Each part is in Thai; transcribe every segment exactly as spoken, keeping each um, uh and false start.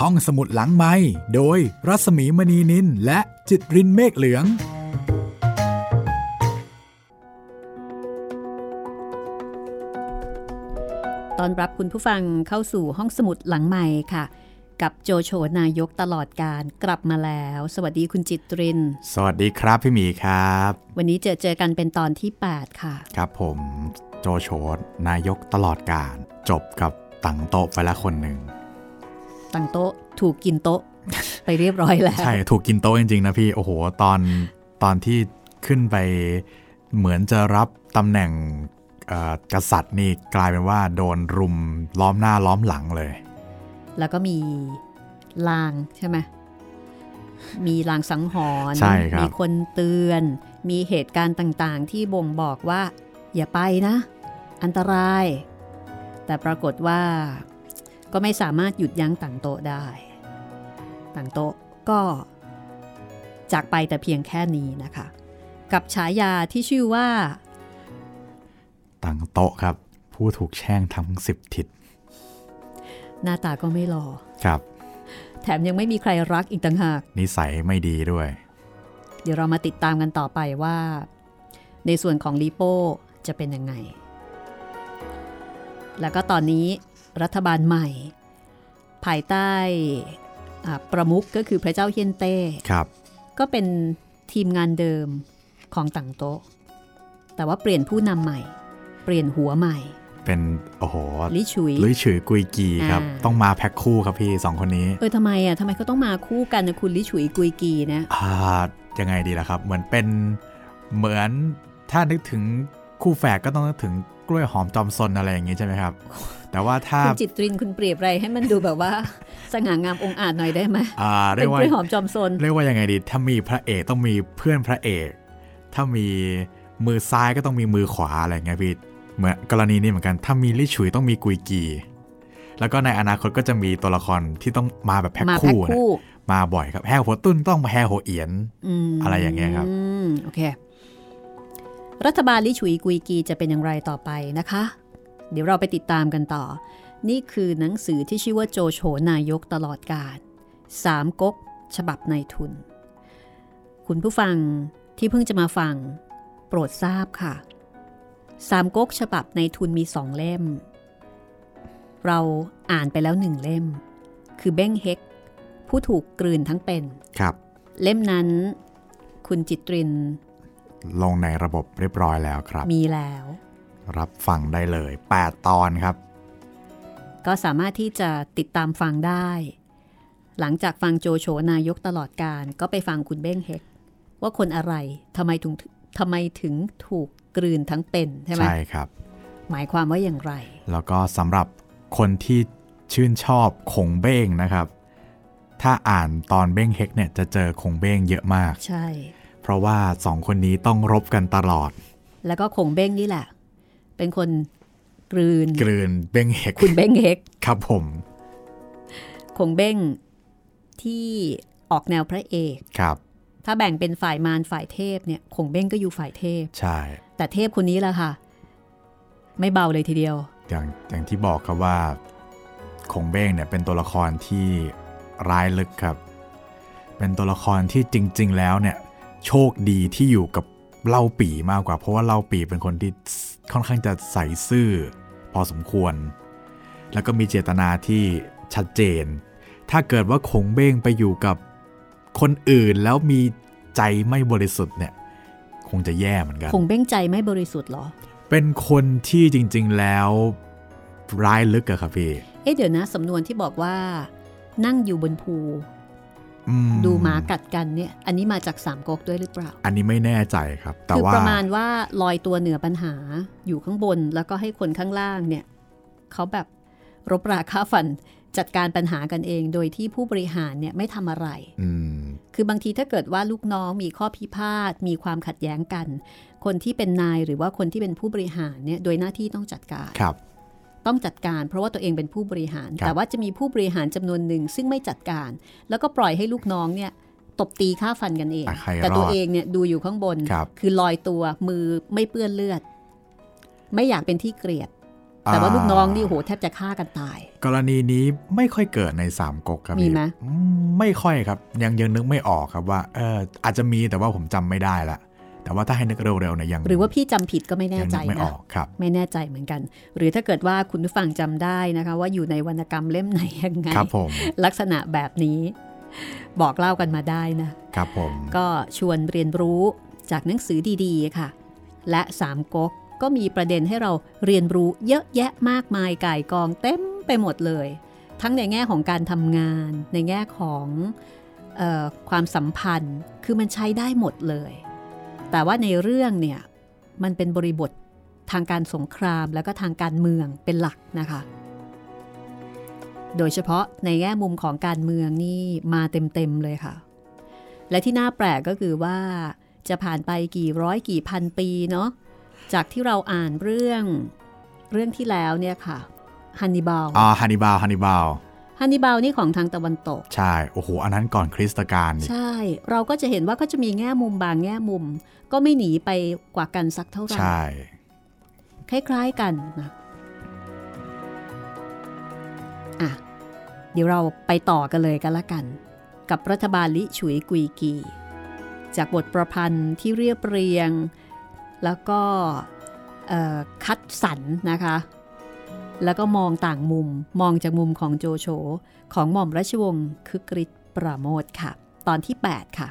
ห้องสมุดหลังไมค์โดยรัศมีมณีนินและจิตรินเมฆเหลืองต้อนรับคุณผู้ฟังเข้าสู่ห้องสมุดหลังไมค์ค่ะกับโจโฉนายกตลอดการกลับมาแล้วสวัสดีคุณจิตรินสวัสดีครับพี่หมีครับวันนี้เจอเจอกันเป็นตอนที่แปดค่ะครับผมโจโฉนายกตลอดการจบกับตั้งโต๊ะไปแล้วคนหนึ่งตั้งโต๊ะถูกกินโต๊ะ ไปเรียบร้อยแล้วใช่ถูกกินโต๊ะจริงๆนะพี่โอ้โหตอนตอนที่ขึ้นไปเหมือนจะรับตำแหน่งกษัตริย์นี่กลายเป็นว่าโดนรุมล้อมหน้าล้อมหลังเลยแล้วก็มีลางใช่ไหมมีลางสังหรณ์มีคนเตือนมีเหตุการณ์ต่างๆที่บ่งบอกว่าอย่าไปนะอันตรายแต่ปรากฏว่าก็ไม่สามารถหยุดยั้งตั้งโต๊ะได้ตั้งโต๊ะก็จากไปแต่เพียงแค่นี้นะคะกับฉายาที่ชื่อว่าตั้งโต๊ะครับผู้ถูกแช่งทั้งสิบทิศหน้าตาก็ไม่หล่อครับแถมยังไม่มีใครรักอีกต่างหากนิสัยไม่ดีด้วยเดี๋ยวเรามาติดตามกันต่อไปว่าในส่วนของลีโป้จะเป็นยังไงแล้วก็ตอนนี้รัฐบาลใหม่ภายใต้ประมุขก็คือพระเจ้าเฮียนเต้ครับก็เป็นทีมงานเดิมของตั้งโต๊ะแต่ว่าเปลี่ยนผู้นำใหม่เปลี่ยนหัวใหม่เป็นโอ้โหลี่ฉุยลี่ฉุยกุยกีครับต้องมาแพ็คคู่ครับพี่สองคนนี้เออทำไมอ่ะทำไมเขาต้องมาคู่กันนะคุณลี่ฉุยกุยกีนะอ่ายังไงดีล่ะครับเหมือนเป็นเหมือนถ้านึกถึงคู่แฝดก็ต้องนึกถึงกล้วยหอมจอมซนอะไรอย่างงี้ใช่ไหมครับแต่ว่าถ้าคุณจิตรินคุณเปรียบอะไรให้มันดูแบบว่าสง่างามองอาจหน่อยได้ไหมอ่าเรียกว่ากล้วยหอมจอมซนเรียกว่ายังไงดีถ้ามีพระเอกต้องมีเพื่อนพระเอกถ้ามีมือซ้ายก็ต้องมีมือขวาอะไรเงี้ยพี่เหมือนกรณีนี้เหมือนกันถ้ามีลี่ฉุยต้องมีกุยกีแล้วก็ในอนาคตก็จะมีตัวละครที่ต้องมาแบบแพ็คคู่นะมาบ่อยครับแฮหัวตุ้นต้องมาแฮหัวเอียน อ, อะไรอย่างเงี้ยครับโอเครัฐบาลลี่ฉุยกุยกีจะเป็นอย่างไรต่อไปนะคะเดี๋ยวเราไปติดตามกันต่อนี่คือหนังสือที่ชื่อว่าโจโฉนายกตลอดกาลสามก๊กฉบับนายทุนคุณผู้ฟังที่เพิ่งจะมาฟังโปรดทราบค่ะสามก๊กฉบับนายทุนมีสองเล่มเราอ่านไปแล้วหนึ่งเล่มคือเบ้งเฮกผู้ถูกกลืนทั้งเป็นครับเล่มนั้นคุณจิตรินลงในระบบเรียบร้อยแล้วครับมีแล้วรับฟังได้เลยแปดตอนครับก็สามารถที่จะติดตามฟังได้หลังจากฟังโจโฉนายกตลอดกาลก็ไปฟังคุณเบ้งเฮกว่าคนอะไรทำไมถึงทำไมถึงถูกกลืนทั้งเป็นใช่ไหมใช่ครับหมายความว่าอย่างไรแล้วก็สำหรับคนที่ชื่นชอบคงเบ้งนะครับถ้าอ่านตอนเบ้งเฮกเนี่ยจะเจอคงเบ้งเยอะมากใช่เพราะว่าสองคนนี้ต้องรบกันตลอดแล้วก็คงเบ้งนี่แหละเป็นคนกลืนกลืนเบ้งเฮกคุณเบ้งเฮกครับผมคงเบ้งที่ออกแนวพระเอกครับถ้าแบ่งเป็นฝ่ายมารฝ่ายเทพเนี่ยคงเบ้งก็อยู่ฝ่ายเทพใช่แต่เทพคนนี้แหละค่ะไม่เบาเลยทีเดียวอย่างอย่างที่บอกครับว่าคงเบ้งเนี่ยเป็นตัวละครที่ร้ายลึกครับเป็นตัวละครที่จริงๆแล้วเนี่ยโชคดีที่อยู่กับเล่าปี่มากกว่าเพราะว่าเล่าปี่เป็นคนที่ค่อนข้างจะใส่ซื่อพอสมควรแล้วก็มีเจตนาที่ชัดเจนถ้าเกิดว่าคงเบ้งไปอยู่กับคนอื่นแล้วมีใจไม่บริสุทธิ์เนี่ยคงจะแย่เหมือนกันคงเบ้งใจไม่บริสุทธิ์หรอเป็นคนที่จริงๆแล้วร้ายลึกอะครับพี่เอ๊ะเดี๋ยวนะสำนวนที่บอกว่านั่งอยู่บนภูดูหมากัดกันเนี่ยอันนี้มาจากสามก๊กด้วยหรือเปล่าอันนี้ไม่แน่ใจครับแต่ว่าคือประมาณว่าลอยตัวเหนือปัญหาอยู่ข้างบนแล้วก็ให้คนข้างล่างเนี่ยเขาแบบรบราฆ่าฟันจัดการปัญหากันเองโดยที่ผู้บริหารเนี่ยไม่ทำอะไรคือบางทีถ้าเกิดว่าลูกน้องมีข้อพิพาทมีความขัดแย้งกันคนที่เป็นนายหรือว่าคนที่เป็นผู้บริหารเนี่ยโดยหน้าที่ต้องจัดการต้องจัดการเพราะว่าตัวเองเป็นผู้บริหารแต่ว่าจะมีผู้บริหารจำนวนหนึ่งซึ่งไม่จัดการแล้วก็ปล่อยให้ลูกน้องเนี่ยตบตีฆ่าฟันกันเองแต่ตัวเองเนี่ยดูอยู่ข้างบน คือลอยตัวมือไม่เปื้อนเลือดไม่อยากเป็นที่เกลียดแต่ว่าลูกน้องนี่โหแทบจะฆ่ากันตายกรณีนี้ไม่ค่อยเกิดในสามก๊กครับมีไหมไม่ค่อยครับยังยังนึกไม่ออกครับว่าเอออาจจะมีแต่ว่าผมจำไม่ได้ละแต่ว่าถ้าให้นึกเร็วๆเนี่ยยังหรือว่าพี่จำผิดก็ไม่แน่ใจนะไม่แน่ใจเหมือนกันหรือถ้าเกิดว่าคุณผู้ฟังจำได้นะคะว่าอยู่ในวรรณกรรมเล่มไหนยังไงครับผมลักษณะแบบนี้บอกเล่ากันมาได้นะครับผมก็ชวนเรียนรู้จากหนังสือดีๆค่ะและสามก๊กก็มีประเด็นให้เราเรียนรู้เยอะแยะมากมายก่ายกองเต็มไปหมดเลยทั้งในแง่ของการทำงานในแง่ของเอ่อความสัมพันธ์คือมันใช้ได้หมดเลยแต่ว่าในเรื่องเนี่ยมันเป็นบริบททางการสงครามแล้วก็ทางการเมืองเป็นหลักนะคะโดยเฉพาะในแง่มุมของการเมืองนี่มาเต็มๆเลยค่ะและที่น่าแปลกก็คือว่าจะผ่านไปกี่ร้อยกี่พันปีเนาะจากที่เราอ่านเรื่องเรื่องที่แล้วเนี่ยค่ะฮันนิบาลอ๋อฮันนิบาลฮันนิบาลฮันนิบาลนี่ของทางตะวันตกใช่โอ้โหอันนั้นก่อนคริสตกาลใช่เราก็จะเห็นว่าก็จะมีแง่มุมบางแง่มุมก็ไม่หนีไปกว่ากันสักเท่าไหร่ใช่คล้ายๆกันนะอ่ะเดี๋ยวเราไปต่อกันเลยกันละกันกับรัฐบาลลิฉุยกุยกีจากบทประพันธ์ที่เรียบเรียงแล้วก็คัดสรรนะคะแล้วก็มองต่างมุมมองจากมุมของโจโฉของหม่อมราชวงศ์คึกฤทธิ์ปราโมทค่ะตอนที่แปดค่ะ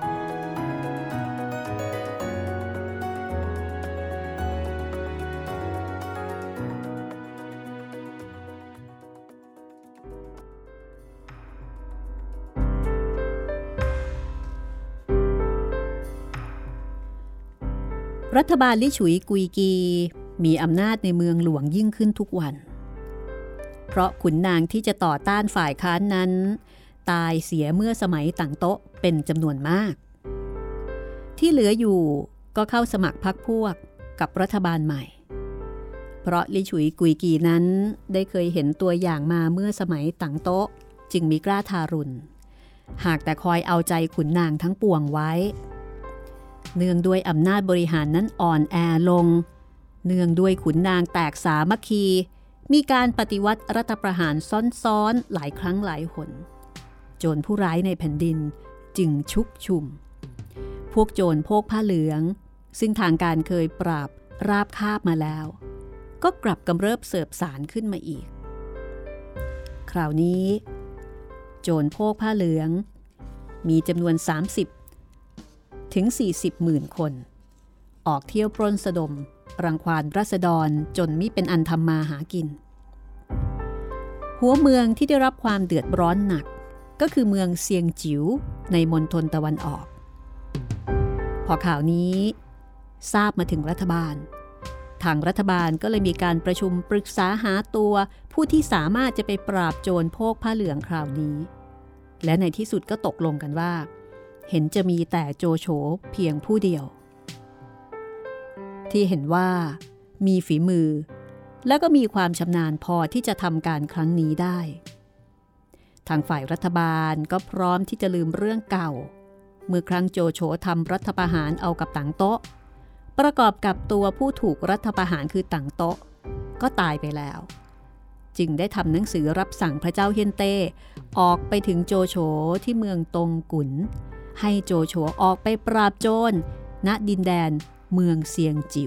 รัฐบาลลิฉุยกุยกีมีอำนาจในเมืองหลวงยิ่งขึ้นทุกวันเพราะขุนนางที่จะต่อต้านฝ่ายค้านนั้นตายเสียเมื่อสมัยต่างโต๊ะเป็นจำนวนมากที่เหลืออยู่ก็เข้าสมัครพรรคพวกกับรัฐบาลใหม่เพราะลิฉุยกุยกีนั้นได้เคยเห็นตัวอย่างมาเมื่อสมัยต่างโต๊ะจึงมีกล้าทารุณหากแต่คอยเอาใจขุนนางทั้งปวงไว้เนื่องด้วยอำนาจบริหารนั้นอ่อนแอลงเนื่องด้วยขุนนางแตกสามัคคีมีการปฏิวัติรัฐประหารซ้อนๆหลายครั้งหลายหนโจรผู้ร้ายในแผ่นดินจึงชุกชุมพวกโจรโพกผ้าเหลืองซึ่งทางการเคยปราบราบคาบมาแล้วก็กลับกำเริบเสบสารขึ้นมาอีกคราวนี้โจรโพกผ้าเหลืองมีจำนวนสามสิบถึงสี่สิบหมื่นคนออกเที่ยวปล้นสะดมรังควานราษฎรจนมิเป็นอันทำมาหากินหัวเมืองที่ได้รับความเดือดร้อนหนักก็คือเมืองเซียงจิ๋วในมณฑลตะวันออกพอข่าวนี้ทราบมาถึงรัฐบาลทางรัฐบาลก็เลยมีการประชุมปรึกษาหาตัวผู้ที่สามารถจะไปปราบโจรโพกผ้าเหลืองคราวนี้และในที่สุดก็ตกลงกันว่าเห็นจะมีแต่โจโฉเพียงผู้เดียวที่เห็นว่ามีฝีมือและก็มีความชำนาญพอที่จะทำการครั้งนี้ได้ทางฝ่ายรัฐบาลก็พร้อมที่จะลืมเรื่องเก่าเมื่อครั้งโจโฉทำรัฐประหารเอากับต่างโต๊ะประกอบกับตัวผู้ถูกรัฐประหารคือต่างโต๊ะก็ตายไปแล้วจึงได้ทำหนังสือรับสั่งพระเจ้าเฮียนเต้ออกไปถึงโจโฉที่เมืองตงกุนให้โจโฉออกไปปราบโจรณดินแดนเมืองเซียงจิ๋ว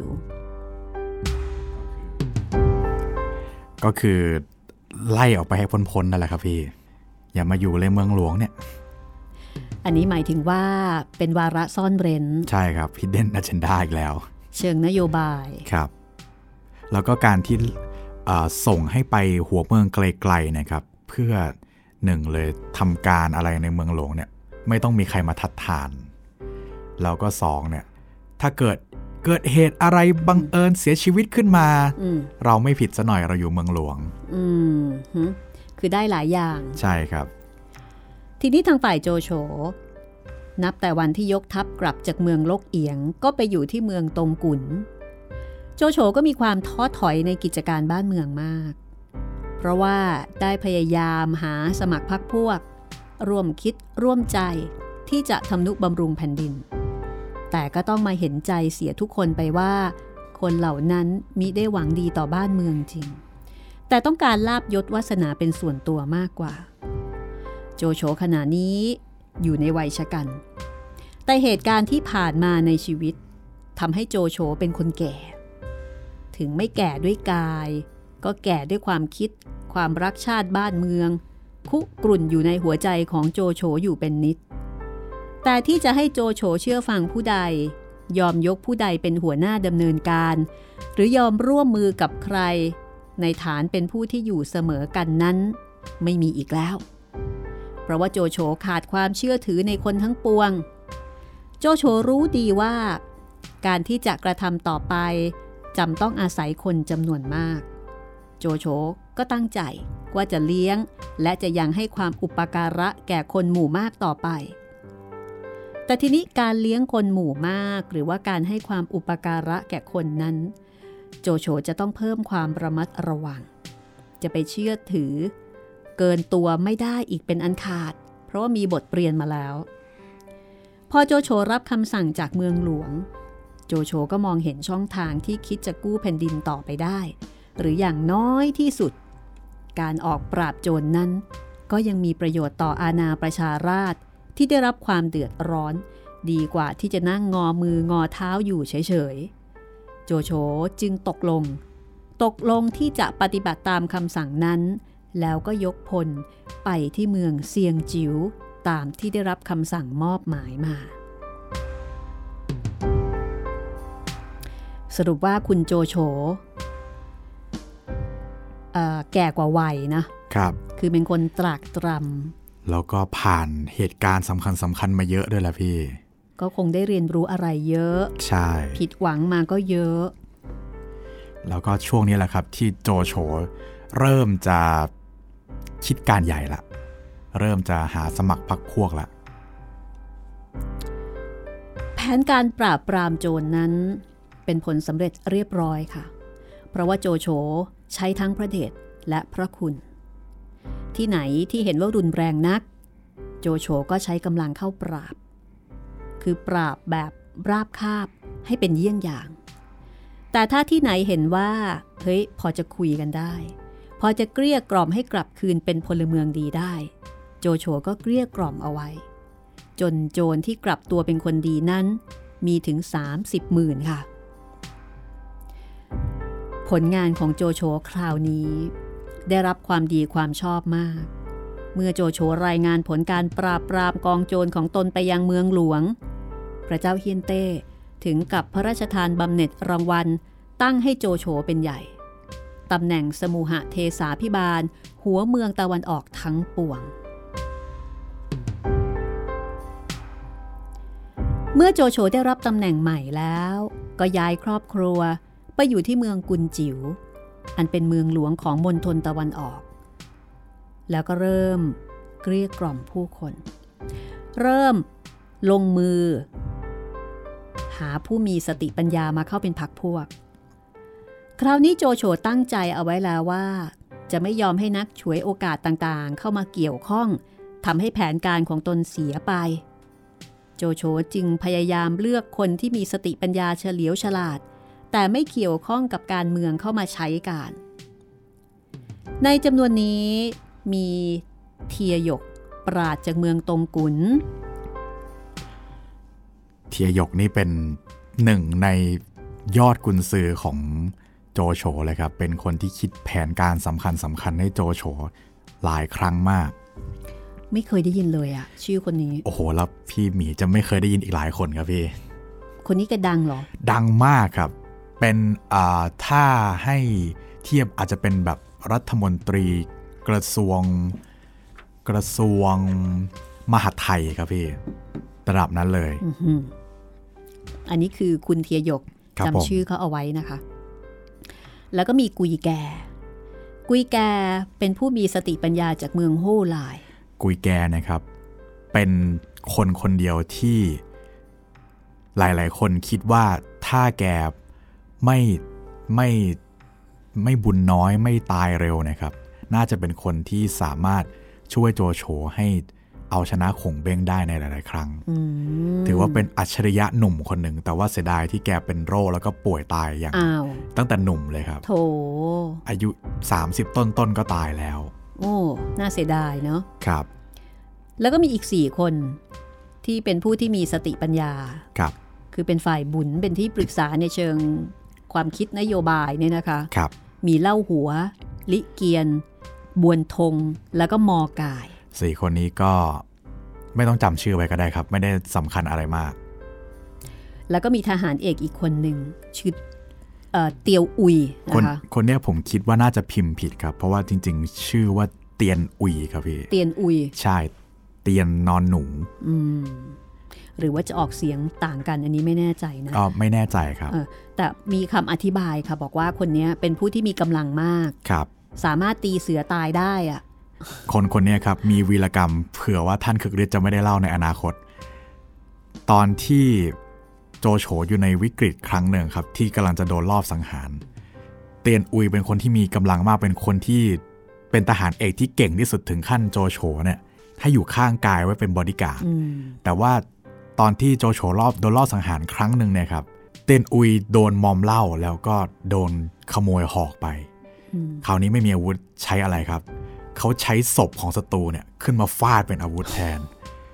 ก็คือไล่ออกไปให้พ้นๆนั่นแหละครับพี่อย่ามาอยู่ในเมืองหลวงเนี่ยอันนี้หมายถึงว่าเป็นวาระซ่อนเร้นใช่ครับ Hidden Agenda อีกแล้วเชิงนโยบายครับแล้วก็การที่ส่งให้ไปหัวเมืองไกลๆนะครับเพื่อหนึ่งเลยทำการอะไรในเมืองหลวงเนี่ยไม่ต้องมีใครมาทัดทานแล้วก็สองเนี่ยถ้าเกิดเกิดเหตุอะไรบังเอิญเสียชีวิตขึ้นมาเราไม่ผิดซะหน่อยเราอยู่เมืองหลวงอืมคือได้หลายอย่างใช่ครับทีนี้ทางฝ่ายโจโฉนับแต่วันที่ยกทัพกลับจากเมืองลกเอียงก็ไปอยู่ที่เมืองตงกุนโจโฉก็มีความท้อถอยในกิจการบ้านเมืองมากเพราะว่าได้พยายามหาสมัครพรรคพวกร่วมคิดร่วมใจที่จะทำนุบำรุงแผ่นดินแต่ก็ต้องมาเห็นใจเสียทุกคนไปว่าคนเหล่านั้นมิได้หวังดีต่อบ้านเมืองจริงแต่ต้องการลาภยศวาสนาเป็นส่วนตัวมากกว่าโจโฉขณะนี้อยู่ในวัยชกันแต่เหตุการณ์ที่ผ่านมาในชีวิตทำให้โจโฉเป็นคนแก่ถึงไม่แก่ด้วยกายก็แก่ด้วยความคิดความรักชาติบ้านเมืองคุกรุ่นอยู่ในหัวใจของโจโฉอยู่เป็นนิดแต่ที่จะให้โจโฉเชื่อฟังผู้ใดยอมยกผู้ใดเป็นหัวหน้าดำเนินการหรือยอมร่วมมือกับใครในฐานเป็นผู้ที่อยู่เสมอกันนั้นไม่มีอีกแล้วเพราะว่าโจโฉขาดความเชื่อถือในคนทั้งปวงโจโฉรู้ดีว่าการที่จะกระทำต่อไปจำต้องอาศัยคนจำนวนมากโจโฉก็ตั้งใจว่าจะเลี้ยงและจะยังให้ความอุปการะแก่คนหมู่มากต่อไปแต่ทีนี้การเลี้ยงคนหมู่มากหรือว่าการให้ความอุปการะแก่คนนั้นโจโฉจะต้องเพิ่มความระมัดระวังจะไปเชื่อถือเกินตัวไม่ได้อีกเป็นอันขาดเพราะว่ามีบทเรียนมาแล้วพอโจโฉรับคำสั่งจากเมืองหลวงโจโฉก็มองเห็นช่องทางที่คิดจะกู้แผ่นดินต่อไปได้หรืออย่างน้อยที่สุดการออกปราบโจร นั้นก็ยังมีประโยชน์ต่ออาณาประชาราษฎร์ที่ได้รับความเดือดร้อนดีกว่าที่จะนั่งงอมืองอเท้าอยู่เฉยๆโจโฉจึงตกลงตกลงที่จะปฏิบัติตามคำสั่งนั้นแล้วก็ยกพลไปที่เมืองเซียงจิ๋วตามที่ได้รับคำสั่งมอบหมายมาสรุปว่าคุณโจโฉแก่กว่าวัยนะครับคือเป็นคนตรากตรำแล้วก็ผ่านเหตุการณ์สำคัญสำคัญมาเยอะด้วยล่ะพี่ก็คงได้เรียนรู้อะไรเยอะใช่ผิดหวังมาก็เยอะแล้วก็ช่วงนี้แหละครับที่โจโฉเริ่มจะคิดการใหญ่ละเริ่มจะหาสมัครพรรคพวกละแผนการปราบปรามโจร นั้นเป็นผลสำเร็จเรียบร้อยค่ะเพราะว่าโจโฉใช้ทั้งพระเดชและพระคุณที่ไหนที่เห็นว่ารุนแรงนักโจโฉก็ใช้กำลังเข้าปราบคือปราบแบบราบคาบให้เป็นเยี่ยงอย่างแต่ถ้าที่ไหนเห็นว่าเฮ้ยพอจะคุยกันได้พอจะเกลี้ยกล่อมให้กลับคืนเป็นพลเมืองดีได้โจโฉก็เกลี้ยกล่อมเอาไว้จนโจรที่กลับตัวเป็นคนดีนั้นมีถึงสามสิบหมื่นค่ะผลงานของโจโฉคราวนี้ได้รับความดีความชอบมากเมื่อโจโฉรายงานผลการปราบปรามกองโจรของตนไปยังเมืองหลวงพระเจ้าเฮียนเต้ถึงกับพระราชทานบำเหน็จรางวัลตั้งให้โจโฉเป็นใหญ่ตำแหน่งสมุหเทสาภิบาลหัวเมืองตะวันออกทั้งปวงเมื่อโจโฉได้รับตำแหน่งใหม่แล้วก็ย้ายครอบครัวไปอยู่ที่เมืองกุนจิ๋วอันเป็นเมืองหลวงของมณฑลตะวันออกแล้วก็เริ่มเกลี้ยกล่อมผู้คนเริ่มลงมือหาผู้มีสติปัญญามาเข้าเป็นพรรคพวกคราวนี้โจโฉตั้งใจเอาไว้แล้วว่าจะไม่ยอมให้นักฉวยโอกาสต่างๆเข้ามาเกี่ยวข้องทำให้แผนการของตนเสียไปโจโฉจึงพยายามเลือกคนที่มีสติปัญญาเฉลียวฉลาดแต่ไม่เกี่ยวข้องกับการเมืองเข้ามาใช้การในจำนวนนี้มีเทียหยกปราชญ์จากเมืองตงกุนเทียหยกนี่เป็นหนึ่งในยอดกุนซือของโจโฉเลยครับเป็นคนที่คิดแผนการสำคัญสำคัญให้โจโฉหลายครั้งมากไม่เคยได้ยินเลยอะชื่อคนนี้โอ้โหแล้วพี่หมีจะไม่เคยได้ยินอีกหลายคนครับพี่คนนี้แกดังเหรอดังมากครับเป็นอ่าถ้าให้เทียบอาจจะเป็นแบบรัฐมนตรีกระทรวงกระทรวงมหาดไทยครับพี่ระดับนั้นเลยอ, อันนี้คือคุณเทียหยกจำชื่อเขาเอาไว้นะคะแล้วก็มีกุยแกกุยแกเป็นผู้มีสติปัญญาจากเมืองโฮไลกุยแกนะครับเป็นคนคนเดียวที่หลายๆคนคิดว่าถ้าแกไม่ไม่ไม่บุญน้อยไม่ตายเร็วนะครับน่าจะเป็นคนที่สามารถช่วยโจโฉให้เอาชนะขงเบ้งได้ในหลายๆครั้งถือว่าเป็นอัจฉริยะหนุ่มคนหนึ่งแต่ว่าเสียดายที่แกเป็นโรคแล้วก็ป่วยตายอย่างตั้งแต่หนุ่มเลยครับโถอายุสามสิบต้นๆก็ตายแล้วโอ้น่าเสียดายเนาะครับแล้วก็มีอีกสี่คนที่เป็นผู้ที่มีสติปัญญาครับคือเป็นฝ่ายบุญเป็นที่ปรึกษาในเชิงความคิดนโยบายเนี่ยนะคะครับมีเล่าหัวลิเกียนบวนทงแล้วก็มอกายสี่คนนี้ก็ไม่ต้องจำชื่อไว้ก็ได้ครับไม่ได้สำคัญอะไรมากแล้วก็มีทหารเอกอีกคนหนึ่งชื่อเอ่อเตียวอุยนะคะคนเนี้ยผมคิดว่าน่าจะพิมพ์ผิดครับเพราะว่าจริงๆชื่อว่าเตียนอุยครับพี่เตียนอุยใช่เตียนนอนหนูอืมหรือว่าจะออกเสียงต่างกันอันนี้ไม่แน่ใจนะอ๋อไม่แน่ใจครับแต่มีคำอธิบายค่ะบอกว่าคนนี้เป็นผู้ที่มีกำลังมากครับสามารถตีเสือตายได้อะคนคนนี้ครับมีวีรกรรมเผื่อว่าท่านคึกฤทธิ์จะไม่ได้เล่าในอนาคตตอนที่โจโฉอยู่ในวิกฤตครั้งหนึ่งครับที่กำลังจะโดนลอบสังหารเตียนอุยเป็นคนที่มีกำลังมากเป็นคนที่เป็นทหารเอกที่เก่งที่สุดถึงขั้นโจโฉเนี่ยให้อยู่ข้างกายไว้เป็นบอดี้การ์ดแต่ว่าตอนที่โจโฉรอบโดนลอบสังหารครั้งหนึ่งเนี่ยครับเตียนอุยโดนมอมเหล้าแล้วก็โดนขโมยหอกไปคราวนี้ไม่มีอาวุธใช้อะไรครับเขาใช้ศพของศัตรูเนี่ยขึ้นมาฟาดเป็นอาวุธแทน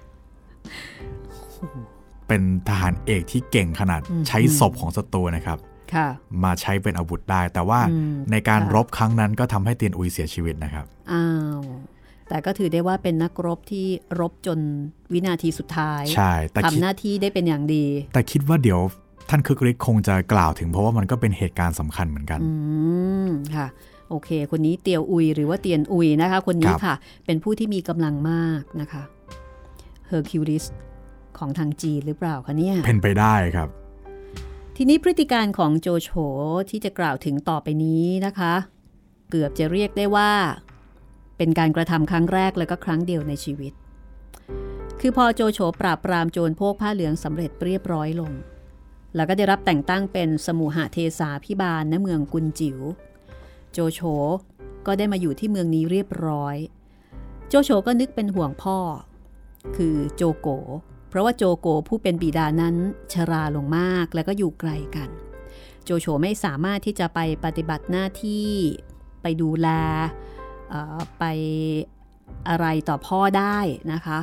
เป็นทหารเอกที่เก่งขนาดใช้ศพของศัตรูนะครับมาใช้เป็นอาวุธได้แต่ว่าในการรบครั้งนั้นก็ทำให้เตียนอุยเสียชีวิตนะครับอ้าวแต่ก็ถือได้ว่าเป็นนักรบที่รบจนวินาทีสุดท้ายทำหน้าที่ได้เป็นอย่างดีแต่คิดว่าเดี๋ยวท่านคึกฤทธิ์คงจะกล่าวถึงเพราะว่ามันก็เป็นเหตุการณ์สำคัญเหมือนกันอืมค่ะโอเคคนนี้เตียวอุยหรือว่าเตียนอุยนะคะคนนี้ค่ะเป็นผู้ที่มีกำลังมากนะคะเฮอร์คิวลิสของทางจีนหรือเปล่าคะเนี่ยเป็นไปได้ครับทีนี้พฤติการของโจโฉที่จะกล่าวถึงต่อไปนี้นะคะเกือบจะเรียกได้ว่าเป็นการกระทำครั้งแรกและก็ครั้งเดียวในชีวิตคือพอโจโฉปราบปรามโจรพวกผ้าเหลืองสำเร็จเรียบร้อยลงแล้วก็ได้รับแต่งตั้งเป็นสมุหเทสาภิบาลณเมืองกุนจิ๋วโจโฉก็ได้มาอยู่ที่เมืองนี้เรียบร้อยโจโฉก็นึกเป็นห่วงพ่อคือโจโกเพราะว่าโจโกผู้เป็นบิดานั้นชราลงมากและก็อยู่ไกลกันโจโฉไม่สามารถที่จะไปปฏิบัติหน้าที่ไปดูแลไปอะไรต่อพ่อได้นะคะ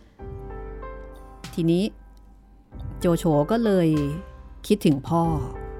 ทีนี้โจโฉก็เลยคิดถึงพ่อ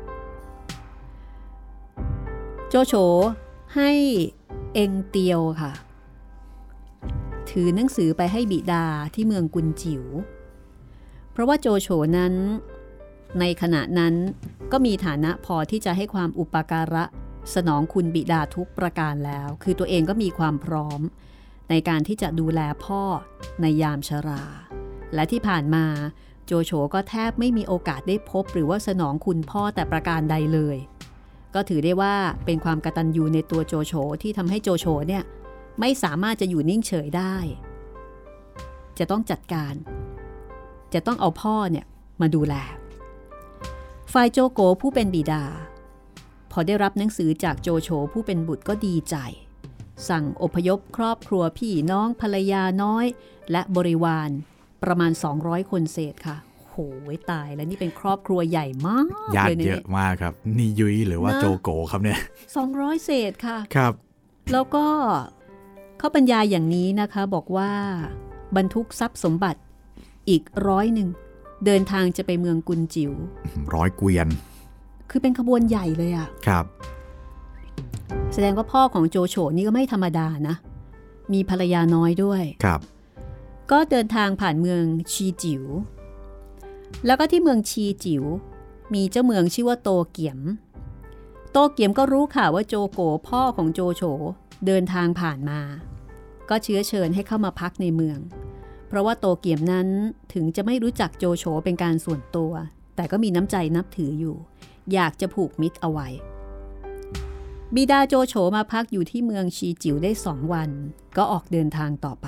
โจโฉให้เอ็งเตียวค่ะถือหนังสือไปให้บิดาที่เมืองกุนจิ๋วเพราะว่าโจโฉนั้นในขณะนั้นก็มีฐานะพอที่จะให้ความอุปการะสนองคุณบิดาทุกประการแล้วคือตัวเองก็มีความพร้อมในการที่จะดูแลพ่อในยามชราและที่ผ่านมาโจโฉก็แทบไม่มีโอกาสได้พบหรือว่าสนองคุณพ่อแต่ประการใดเลยก็ถือได้ว่าเป็นความกตัญญูในตัวโจโฉที่ทำให้โจโฉเนี่ยไม่สามารถจะอยู่นิ่งเฉยได้จะต้องจัดการจะต้องเอาพ่อเนี่ยมาดูแลฝ่ายโจโกผู้เป็นบิดาพอได้รับหนังสือจากโจโฉผู้เป็นบุตรก็ดีใจสั่งอพยพครอบครัวพี่น้องภรรยาน้อยและบริวารประมาณสองร้อยคนเศษค่ะโหยตายแล้วนี่เป็นครอบครัวใหญ่มากญาติเยอะมากครับนี่ยุ้ยหรือว่าโจโกครับเนี่ยสองร้อยเศษค่ะครับแล้วก็เขาบรรยายอย่างนี้นะคะบอกว่าบรรทุกทรัพย์สมบัติอีกร้อยหนึ่งเดินทางจะไปเมืองกุนจิ๋วร้อยเกวียนคือเป็นขบวนใหญ่เลยอะครับแสดงว่าพ่อของโจโฉนี่ก็ไม่ธรรมดานะมีภรรยาน้อยด้วยครับก็เดินทางผ่านเมืองชีจิ๋วแล้วก็ที่เมืองชีจิ๋วมีเจ้าเมืองชื่อว่าโตเกียมโตเกียมก็รู้ข่าวว่าโจโกพ่อของโจโฉเดินทางผ่านมาก็เชื้อเชิญให้เข้ามาพักในเมืองเพราะว่าโตเกียมนั้นถึงจะไม่รู้จักโจโฉเป็นการส่วนตัวแต่ก็มีน้ำใจนับถืออยู่อยากจะผูกมิตรเอาไว้บิดาโจโฉมาพักอยู่ที่เมืองชีจิ๋วได้สองวันก็ออกเดินทางต่อไป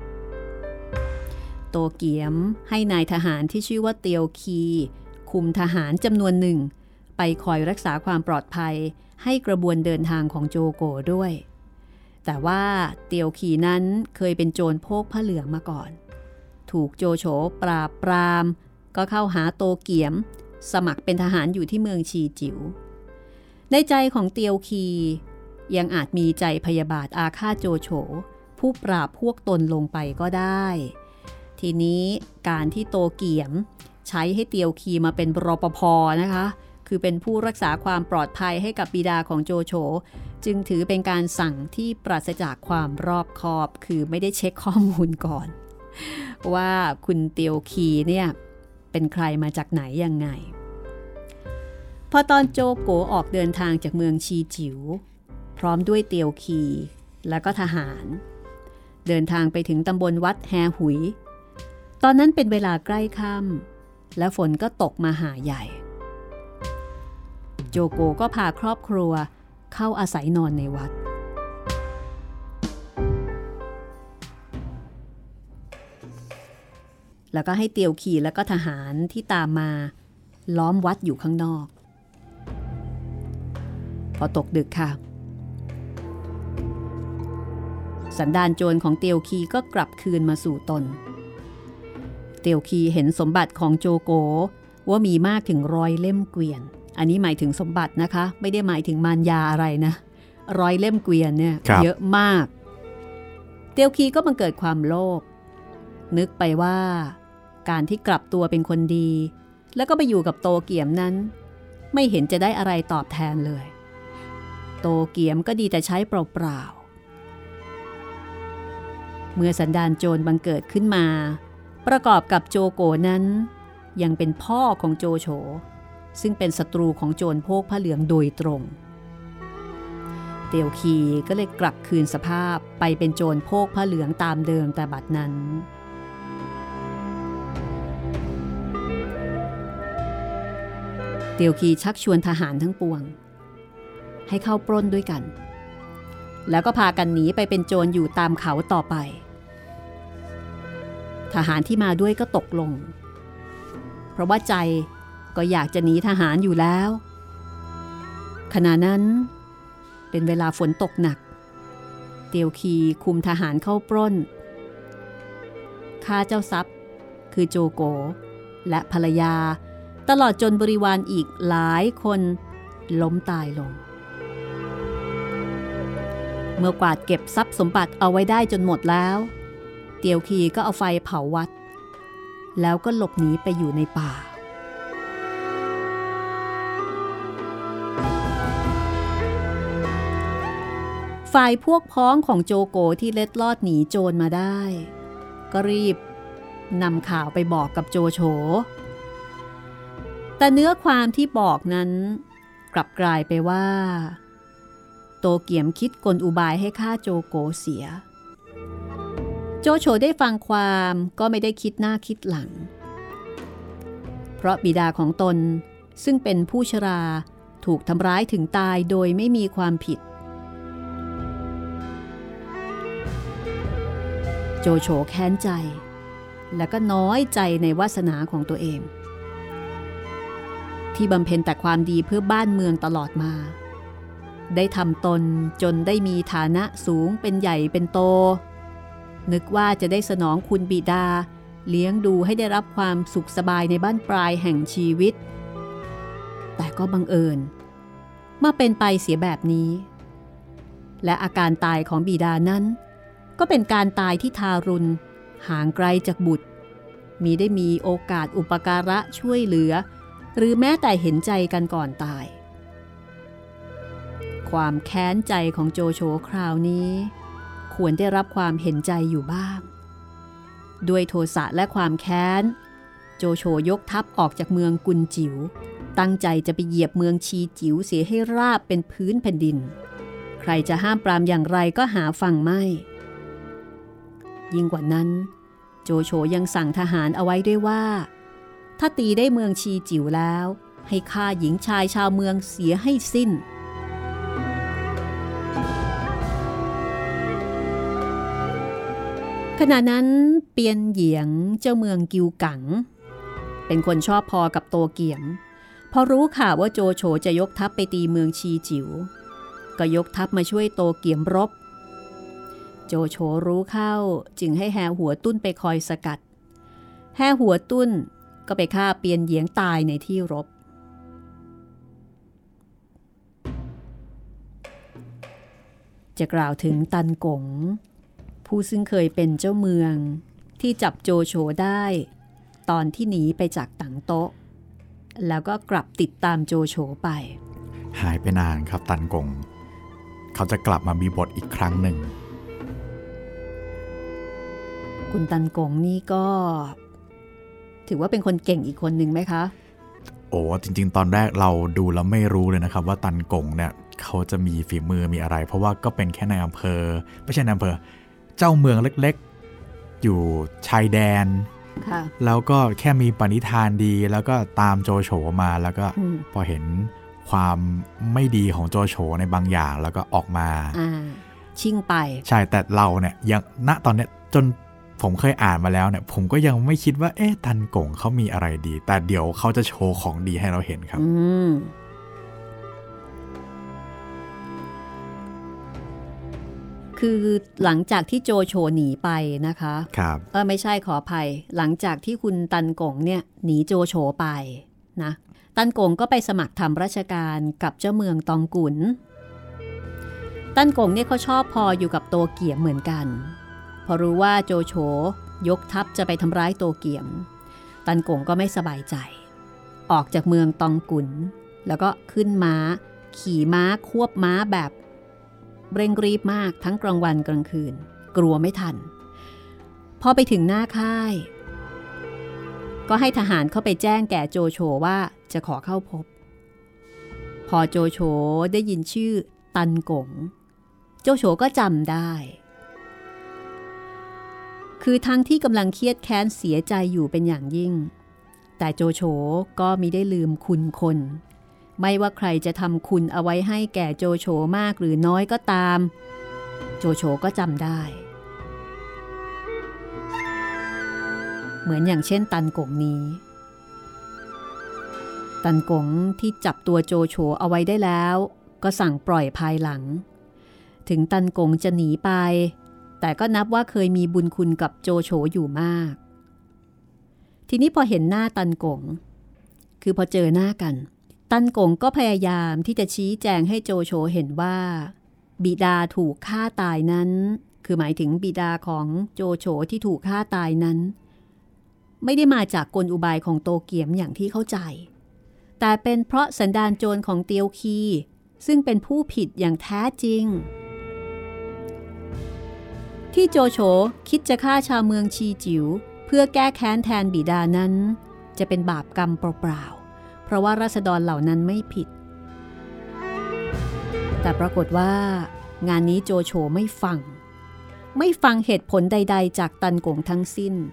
โตเกียมให้นายทหารที่ชื่อว่าเตียวคีคุมทหารจำนวนหนึ่งไปคอยรักษาความปลอดภัยให้กระบวนเดินทางของโจโกด้วยแต่ว่าเตียวคีนั้นเคยเป็นโจรโพกผ้าเหลืองมาก่อนถูกโจโฉปราบปรามก็เข้าหาโตเกียมสมัครเป็นทหารอยู่ที่เมืองชีจิ๋วในใจของเตียวคียังอาจมีใจพยาบาทอาฆาตโจโฉผู้ปราบพวกตนลงไปก็ได้ทีนี้การที่โตเกียมใช้ให้เตียวคีมาเป็นรปภ.นะคะคือเป็นผู้รักษาความปลอดภัยให้กับบิดาของโจโฉจึงถือเป็นการสั่งที่ปราศจากความรอบคอบคือไม่ได้เช็คข้อมูลก่อนว่าคุณเตียวคีเนี่ยเป็นใครมาจากไหนยังไงพอตอนโจโกออกเดินทางจากเมืองชีจิ๋วพร้อมด้วยเตียวคีและก็ทหารเดินทางไปถึงตำบลวัดแฮหุยตอนนั้นเป็นเวลาใกล้ค่ำและฝนก็ตกมาหาใหญ่โจโกก็พาครอบครัวเข้าอาศัยนอนในวัดแล้วก็ให้เตียวคีและก็ทหารที่ตามมาล้อมวัดอยู่ข้างนอกพอตกดึกค่ะสันดานโจรของเตียวคีก็กลับคืนมาสู่ตนเตียวคีเห็นสมบัติของโจโกว่ามีมากถึงร้อยเล่มเกวียนอันนี้หมายถึงสมบัตินะคะไม่ได้หมายถึงมารยาอะไรนะร้อยเล่มเกวียนเนี่ยเยอะมากเตียวคีก็บังเกิดความโลภนึกไปว่าการที่กลับตัวเป็นคนดีแล้วก็ไปอยู่กับโตเกียมนั้นไม่เห็นจะได้อะไรตอบแทนเลยโตเกียมก็ดีแต่ใช้เปล่าๆเมื่อสันดานโจรบังเกิดขึ้นมาประกอบกับโจโกนั้นยังเป็นพ่อของโจโฉซึ่งเป็นศัตรูของโจรโพกผ้าเหลืองโดยตรงเตียวคีก็เลยกลับคืนสภาพไปเป็นโจรโพกผ้าเหลืองตามเดิมแต่บัดนั้นเตียวคีชักชวนทหารทั้งปวงให้เข้าปล้นด้วยกันแล้วก็พากันหนีไปเป็นโจรอยู่ตามเขาต่อไปทหารที่มาด้วยก็ตกลงเพราะว่าใจก็อยากจะหนีทหารอยู่แล้วขณะนั้นเป็นเวลาฝนตกหนักเตียวคีคุมทหารเข้าปล้นฆ่าเจ้าทรัพย์คือโจโกและภรรยาตลอดจนบริวารอีกหลายคนล้มตายลงเมื่อกวาดเก็บทรัพย์สมบัติเอาไว้ได้จนหมดแล้วเตียวคีก็เอาไฟเผาวัดแล้วก็หลบหนีไปอยู่ในป่าฝ่ายพวกพ้องของโจโกที่เล็ดลอดหนีโจรมาได้ก็รีบนำข่าวไปบอกกับโจโฉแต่เนื้อความที่บอกนั้นกลับกลายไปว่าโตเกียมคิดกลอุบายให้ฆ่าโจโกเสียโจโฉได้ฟังความก็ไม่ได้คิดหน้าคิดหลังเพราะบิดาของตนซึ่งเป็นผู้ชราถูกทำร้ายถึงตายโดยไม่มีความผิดโจโฉแค้นใจและก็น้อยใจในวาสนาของตัวเองที่บำเพ็ญแต่ความดีเพื่อบ้านเมืองตลอดมาได้ทำตนจนได้มีฐานะสูงเป็นใหญ่เป็นโตนึกว่าจะได้สนองคุณบิดาเลี้ยงดูให้ได้รับความสุขสบายในบ้านปลายแห่งชีวิตแต่ก็บังเอิญมาเป็นไปเสียแบบนี้และอาการตายของบิดานั้นก็เป็นการตายที่ทารุณห่างไกลจากบุตรมีได้มีโอกาสอุปการะช่วยเหลือหรือแม้แต่เห็นใจกันก่อนตายความแค้นใจของโจโฉคราวนี้ควรได้รับความเห็นใจอยู่บ้างด้วยโทสะและความแค้นโจโฉยกทัพออกจากเมืองกุนจิ๋วตั้งใจจะไปเหยียบเมืองชีจิ๋วเสียให้ราบเป็นพื้นแผ่นดินใครจะห้ามปรามอย่างไรก็หาฟังไม่ยิ่งกว่านั้นโจโฉยังสั่งทหารเอาไว้ด้วยว่าถ้าตีได้เมืองชีจิ๋วแล้วให้ฆ่าหญิงชายชาวเมืองเสียให้สิ้นขณะนั้นเปียนเหยียงเจ้าเมืองกิวกังเป็นคนชอบพอกับโตเกียมพอรู้ข่าวว่าโจโฉจะยกทัพไปตีเมืองชีจิ๋วก็ยกทัพมาช่วยโตเกียมรบโจโฉรู้เข้าจึงให้แฮหัวตุ้นไปคอยสกัดแห่หัวตุ้นก็ไปฆ่าเปียนเหยียงตายในที่รบจะกล่าวถึงตันกงผู้ซึ่งเคยเป็นเจ้าเมืองที่จับโจโฉได้ตอนที่หนีไปจากตังโต๊ะแล้วก็กลับติดตามโจโฉไปหายไปนานครับตันกงเขาจะกลับมามีบทอีกครั้งหนึ่งคุณตันกงนี่ก็ถือว่าเป็นคนเก่งอีกคนหนึ่งไหมคะโอ้จริงๆตอนแรกเราดูแล้วไม่รู้เลยนะครับว่าตันกงเนี่ยเขาจะมีฝีมือมีอะไรเพราะว่าก็เป็นแค่ในอำเภอไม่ใช่ในอำเภอเจ้าเมืองเล็กๆอยู่ชายแดนแล้วก็แค่มีปณิธานดีแล้วก็ตามโจโฉมาแล้วก็พอเห็นความไม่ดีของโจโฉในบางอย่างแล้วก็ออกมาชิ่งไปใช่แต่เราเนี่ยยังณตอนเนี้ยจนผมเคยอ่านมาแล้วเนี่ยผมก็ยังไม่คิดว่าเอ๊ะตันกงเขามีอะไรดีแต่เดี๋ยวเขาจะโชว์ของดีให้เราเห็นครับคือหลังจากที่โจโฉหนีไปนะคะครับเออไม่ใช่ขออภัยหลังจากที่คุณตันกงเนี่ยหนีโจโฉไปนะตันกงก็ไปสมัครทำราชการกับเจ้าเมืองตองกุนตันกงเนี่ยเขาชอบพออยู่กับโตเกียมเหมือนกันพอรู้ว่าโจโฉยกทัพจะไปทำร้ายโตเกียมตันกงก็ไม่สบายใจออกจากเมืองตองกุนแล้วก็ขึ้นม้าขี่ม้าควบม้าแบบเร่งรีบมากทั้งกลางวันกลางคืนกลัวไม่ทันพอไปถึงหน้าค่ายก็ให้ทหารเข้าไปแจ้งแก่โจโฉว่าจะขอเข้าพบพอโจโฉได้ยินชื่อตันกงโจโฉก็จำได้คือทั้งที่กำลังเครียดแค้นเสียใจอยู่เป็นอย่างยิ่งแต่โจโฉก็มิได้ลืมคุณคนไม่ว่าใครจะทำคุณเอาไว้ให้แก่โจโฉมากหรือน้อยก็ตามโจโฉก็จำได้เหมือนอย่างเช่นตันกงนี้ตันกงที่จับตัวโจโฉเอาไว้ได้แล้วก็สั่งปล่อยภายหลังถึงตันกงจะหนีไปแต่ก็นับว่าเคยมีบุญคุณกับโจโฉอยู่มากทีนี้พอเห็นหน้าตันกงคือพอเจอหน้ากันตันกงก็พยายามที่จะชี้แจงให้โจโฉเห็นว่าบิดาถูกฆ่าตายนั้นคือหมายถึงบิดาของโจโฉที่ถูกฆ่าตายนั้นไม่ได้มาจากกลอุบายของโตเกียมอย่างที่เข้าใจแต่เป็นเพราะสันดานโจรของเตียวคีซึ่งเป็นผู้ผิดอย่างแท้จริงที่โจโฉคิดจะฆ่าชาวเมืองชีจิ๋วเพื่อแก้แค้นแทนบิดานั้นจะเป็นบาปกรรมเปล่าๆเพราะว่าราษฎรเหล่านั้นไม่ผิดแต่ปรากฏว่างานนี้โจโฉไม่ฟังไม่ฟังเหตุผลใดๆจากตันกงทั้งสิ้น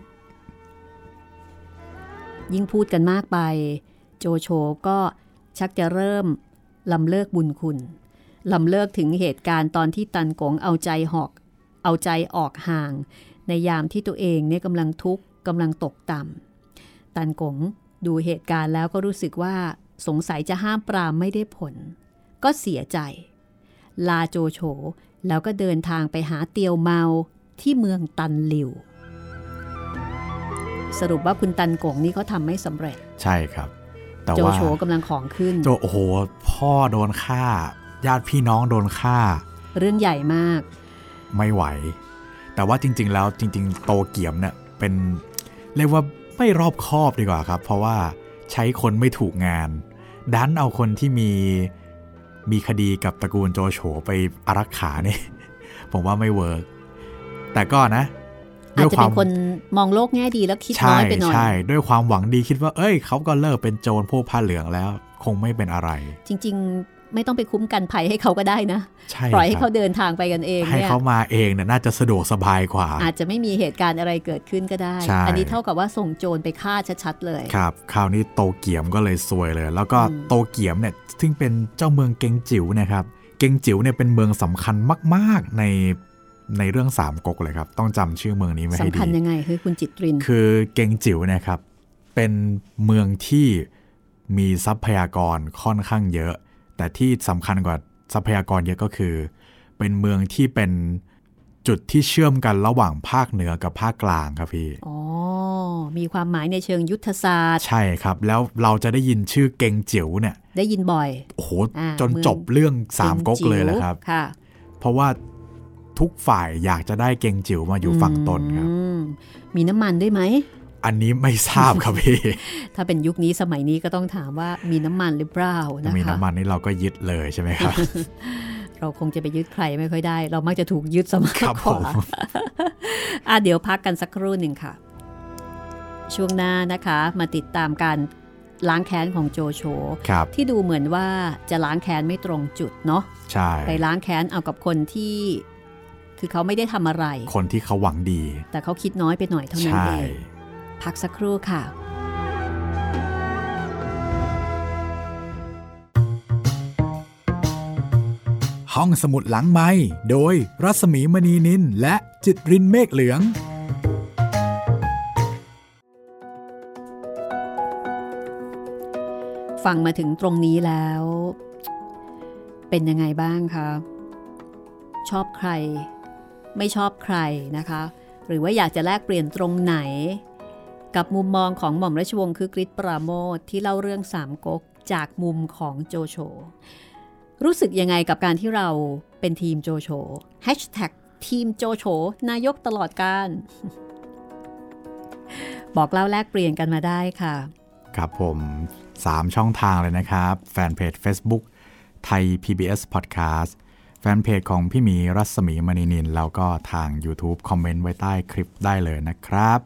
ยิ่งพูดกันมากไปโจโฉก็ชักจะเริ่มลำเลิกบุญคุณลำเลิกถึงเหตุการณ์ตอนที่ตันกงเอาใจหอกเอาใจออกห่างในยามที่ตัวเองเนี่ยกำลังทุกข์กำลังตกต่ำตันกงดูเหตุการณ์แล้วก็รู้สึกว่าสงสัยจะห้ามปรามไม่ได้ผลก็เสียใจลาโจโฉแล้วก็เดินทางไปหาเตียวเมาที่เมืองตันหลิวสรุปว่าคุณตันกงนี่เขาทำไม่สำเร็จใช่ครับแต่ว่าโจโฉกำลังของขึ้นโจโอ้โหพ่อโดนฆ่าญาติพี่น้องโดนฆ่าเรื่องใหญ่มากไม่ไหวแต่ว่าจริงๆแล้วจริงๆโตเกียมเนี่ยเป็นเรียกว่าไม่รอบคอบดีกว่าครับเพราะว่าใช้คนไม่ถูกงานดันเอาคนที่มีมีคดีกับตระกูลโจโฉไปอารักขาเนี่ยผมว่าไม่เวิร์กแต่ก็นะอาจจะเป็นคนมองโลกแง่ดีแล้วคิดน้อยไปหน่อยใช่ด้วยความหวังดีคิดว่าเอ้ยเขาก็เลิกเป็นโจรพวกผ้าเหลืองแล้วคงไม่เป็นอะไรจริงๆไม่ต้องไปคุ้มกันภัยให้เขาก็ได้นะปล่อยให้เขาเดินทางไปกันเองให้เขามาเองเนี่ยน่าจะสะดวกสบายกว่าอาจจะไม่มีเหตุการณ์อะไรเกิดขึ้นก็ได้อันนี้เท่ากับว่าส่งโจรไปฆ่าชัดๆเลยครับคราวนี้โตเกียมก็เลยซวยเลยแล้วก็โตเกียมเนี่ยซึ่งเป็นเจ้าเมืองเกงจิ๋วนะครับเกงจิ๋วเนี่ยเป็นเมืองสำคัญมากๆในในเรื่องสามก๊กเลยครับต้องจำชื่อเมืองนี้ไว้ให้ดีสำคัญยังไงคือคุณจิตรินคือเกงจิ๋วนะครับเป็นเมืองที่มีทรัพยากรค่อนข้างเยอะแต่ที่สำคัญกว่าทรัพยากรเยอะก็คือเป็นเมืองที่เป็นจุดที่เชื่อมกันระหว่างภาคเหนือกับภาคกลางครับพี่อ๋อมีความหมายในเชิงยุทธศาสตร์ใช่ครับแล้วเราจะได้ยินชื่อเกงจิ๋วเนี่ยได้ยินบ่อยโอ้โหจนจบเรื่องสามก๊กเลยแหละครับค่ะเพราะว่าทุกฝ่ายอยากจะได้เกงจิ๋วมาอยู่ฝั่งตนครับมีน้ำมันได้ไหมอันนี้ไม่ทราบครับพี่ถ้าเป็นยุคนี้สมัยนี้ก็ต้องถามว่ามีน้ำมันหรือเปล่านะคะมีน้ำมันนี่เราก็ยึดเลยใช่ไหมครับเราคงจะไปยึดใครไม่ค่อยได้เรามักจะถูกยึดซะมากกว่าอ่ะเดี๋ยวพักกันสักครู่หนึ่งค่ะช่วงหน้านะคะมาติดตามการล้างแค้นของโจโฉที่ดูเหมือนว่าจะล้างแค้นไม่ตรงจุดเนาะใช่ไปล้างแค้นเอากับคนที่คือเขาไม่ได้ทำอะไรคนที่เขาหวังดีแต่เขาคิดน้อยไปหน่อยเท่านั้นเองพักสักครู่ค่ะห้องสมุดหลังไมค์โดยรัศมีมณีนินและจิตรินเมฆเหลืองฟังมาถึงตรงนี้แล้วเป็นยังไงบ้างคะชอบใครไม่ชอบใครนะคะหรือว่าอยากจะแลกเปลี่ยนตรงไหนกับมุมมองของหม่อมราชวงศ์คือกฤษปราโมทที่เล่าเรื่องสามก๊กจากมุมของโจโฉรู้สึกยังไงกับการที่เราเป็นทีมโจโฉ แฮชแท็ก ทีมโจโฉนายกตลอดกาล บอกเล่าแลกเปลี่ยนกันมาได้ค่ะครับผมสามช่องทางเลยนะครับแฟนเพจ Facebook ไทย พี บี เอส Podcast แฟนเพจของพี่หมีรัศมีมณีนินแล้วก็ทาง YouTube คอมเมนต์ไว้ใต้คลิปได้เลยนะครับ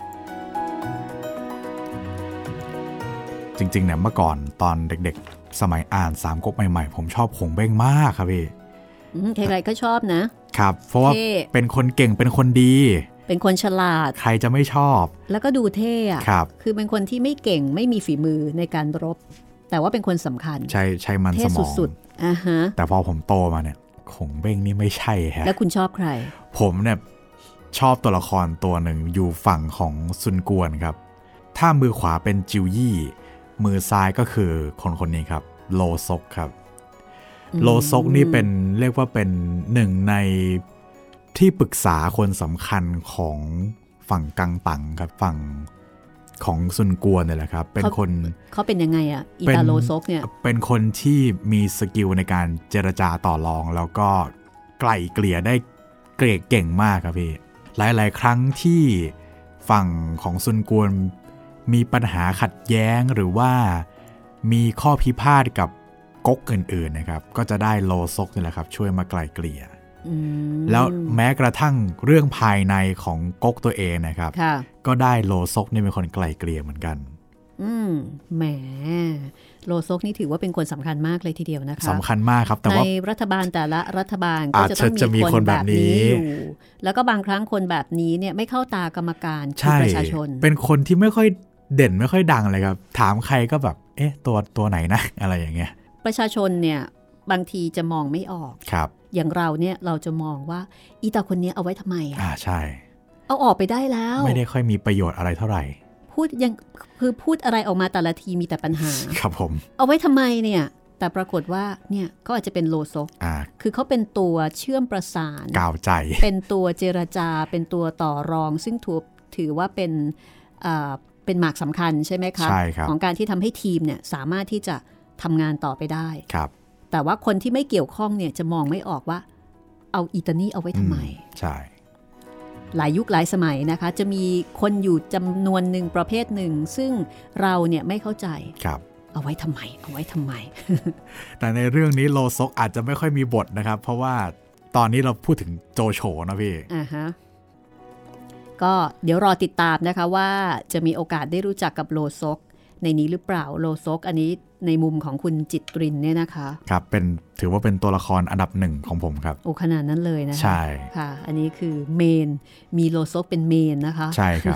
จริงๆเนี่ยเมื่อก่อนตอนเด็กๆสมัยอ่านสามก๊กใหม่ๆผมชอบคงเบ้งมากครับพี่ใครๆก็ชอบนะครับเพราะว่าเป็นคนเก่งเป็นคนดีเป็นคนฉลาดใครจะไม่ชอบแล้วก็ดูเท่อะครับคือเป็นคนที่ไม่เก่งไม่มีฝีมือในการรบแต่ว่าเป็นคนสำคัญใช่ใช่มันสมองสุดๆอ่าฮะแต่พอผมโตมาเนี่ยคงเบ้งนี่ไม่ใช่ฮะแล้วคุณชอบใครผมเนี่ยชอบตัวละครตัวหนึ่งอยู่ฝั่งของซุนกวนครับถ้ามือขวาเป็นจิวยี่มือซ้ายก็คือคนคนนี้ครับโลซกครับโลซกนี่เป็นเรียกว่าเป็นหนึ่งในที่ปรึกษาคนสำคัญของฝั่งกังตังครับฝั่งของซุนกวนเนี่ยแหละครับเป็นคนเขาเป็นยังไงอ่ะอิตาโลซกเนี่ยเป็นคนที่มีสกิลในการเจรจาต่อรองแล้วก็ไกล่เกลี่ยได้เกรดเก่งมากครับพี่หลายๆครั้งที่ฝั่งของซุนกวนมีปัญหาขัดแย้งหรือว่ามีข้อพิพาทกับก๊กอื่นๆนะครับก็จะได้โลซกนี่แหละครับช่วยมาไกล่เกลี่ยแล้วแม้กระทั่งเรื่องภายในของก๊กตัวเองนะครับก็ได้โลซกนี่เป็นคนไกล่เกลี่ยเหมือนกันอืมแหมโลซกนี่ถือว่าเป็นคนสำคัญมากเลยทีเดียวนะคะสำคัญมากครับแต่ว่าในรัฐบาลแต่ละรัฐบาลก็จะต้องมีคนแบบนี้อยู่แล้วก็บางครั้งคนแบบนี้เนี่ยไม่เข้าตากรรมการคือประชาชนเป็นคนที่ไม่ค่อยเด่นไม่ค่อยดังเลยครับถามใครก็แบบเอ๊ะตัวตัวไหนนะอะไรอย่างเงี้ยประชาชนเนี่ยบางทีจะมองไม่ออกครับอย่างเราเนี่ยเราจะมองว่าอีตาคนนี้เอาไว้ทำไมอ่ะอ่าใช่เอาออกไปได้แล้วไม่ได้ค่อยมีประโยชน์อะไรเท่าไหร่พูดยังคือพูดอะไรออกมาแต่ละทีมีแต่ปัญหาครับผมเอาไว้ทำไมเนี่ยแต่ปรากฏว่าเนี่ยก็อาจจะเป็นโลซกอ่าคือเขาเป็นตัวเชื่อมประสานกาวใจเป็นตัวเจรจาเป็นตัวต่อรองซึ่งถือถือว่าเป็นอ่าเป็นหมากสำคัญใช่ไหมคะใช่ครับของการที่ทำให้ทีมเนี่ยสามารถที่จะทำงานต่อไปได้ครับแต่ว่าคนที่ไม่เกี่ยวข้องเนี่ยจะมองไม่ออกว่าเอาอีตานี่เอาไว้ทำไมใช่หลายยุคหลายสมัยนะคะจะมีคนอยู่จำนวนหนึ่งประเภทหนึ่งซึ่งเราเนี่ยไม่เข้าใจครับเอาไว้ทำไมเอาไว้ทำไมแต่ในเรื่องนี้โลซกอาจจะไม่ค่อยมีบทนะครับเพราะว่าตอนนี้เราพูดถึงโจโฉนะพี่อ่าฮะก็เดี๋ยวรอติดตามนะคะว่าจะมีโอกาสได้รู้จักกับโลซกในนี้หรือเปล่าโลซกอันนี้ในมุมของคุณจิตรินเนี่ยนะคะครับเป็นถือว่าเป็นตัวละครอันดับหนึ่งของผมครับโอ้ขนาดนั้นเลยนะคะใช่ค่ะอันนี้คือเมนมีโลซกเป็นเมนนะคะใช่ครับ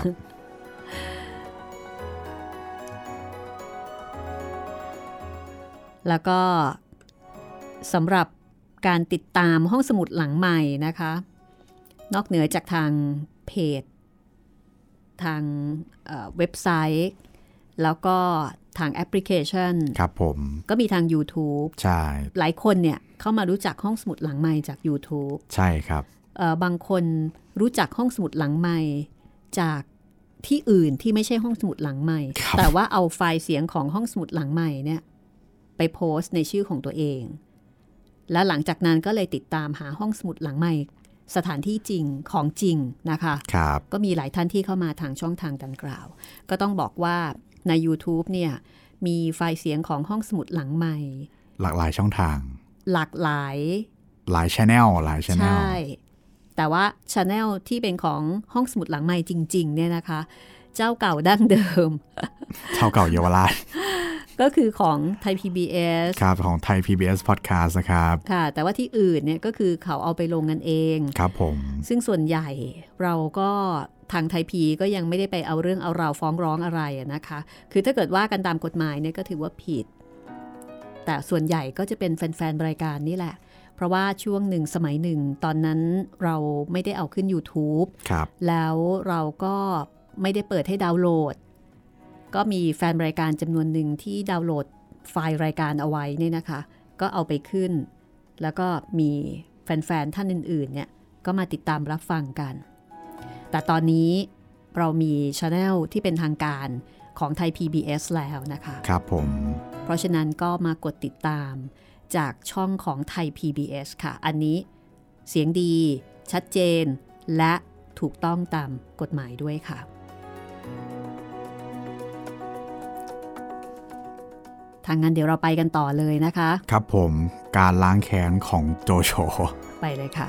แล้วก็สำหรับการติดตามห้องสมุดหลังใหม่นะคะนอกเหนือจากทางเพจทางเอ่อเว็บไซต์แล้วก็ทางแอปพลิเคชันครับผมก็มีทาง YouTube ใช่หลายคนเนี่ยเข้ามารู้จักห้องสมุดหลังไมค์จาก YouTube ใช่ครับเอ่อบางคนรู้จักห้องสมุดหลังไมค์จากที่อื่นที่ไม่ใช่ห้องสมุดหลังใหม่แต่ว่าเอาไฟล์เสียงของห้องสมุดหลังใหม่เนี่ยไปโพสต์ในชื่อของตัวเองและหลังจากนั้นก็เลยติดตามหาห้องสมุดหลังใหม่สถานที่จริงของจริงนะคะครับก็มีหลายท่านที่เข้ามาทางช่องทางดังกล่าวก็ต้องบอกว่าใน YouTube เนี่ยมีไฟล์เสียงของห้องสมุดหลังใหม่หลากหลายช่องทางหลากหลายหลาย channel หลาย channel ใช่แต่ว่า channel ที่เป็นของห้องสมุดหลังใหม่จริงๆเนี่ยนะคะเจ้าเก่าดั้งเดิมเจ้าเก่าเยาวราชก็คือของไทย พี บี เอสครับของไทย พี บี เอส Podcast นะครับค่ะแต่ว่าที่อื่นเนี่ยก็คือเขาเอาไปลงกันเองครับผมซึ่งส่วนใหญ่เราก็ทางไทยพีก็ยังไม่ได้ไปเอาเรื่องเอาราวฟ้องร้องอะไรนะคะคือถ้าเกิดว่ากันตามกฎหมายเนี่ยก็ถือว่าผิดแต่ส่วนใหญ่ก็จะเป็นแฟนๆรายการนี่แหละเพราะว่าช่วงหนึ่งสมัยหนึ่งตอนนั้นเราไม่ได้เอาขึ้น YouTube ครับแล้วเราก็ไม่ได้เปิดให้ดาวน์โหลดก็มีแฟนรายการจำนวนหนึ่งที่ดาวน์โหลดไฟล์รายการเอาไว้เนี่ยนะคะก็เอาไปขึ้นแล้วก็มีแฟนๆท่านอื่นๆเนี่ยก็มาติดตามรับฟังกันแต่ตอนนี้เรามี channel ที่เป็นทางการของไทย พี บี เอส แล้วนะคะครับผมเพราะฉะนั้นก็มากดติดตามจากช่องของไทย พี บี เอส ค่ะอันนี้เสียงดีชัดเจนและถูกต้องตามกฎหมายด้วยค่ะทางนั้นเดี๋ยวเราไปกันต่อเลยนะคะครับผมการล้างแค้นของโจโฉไปเลยค่ะ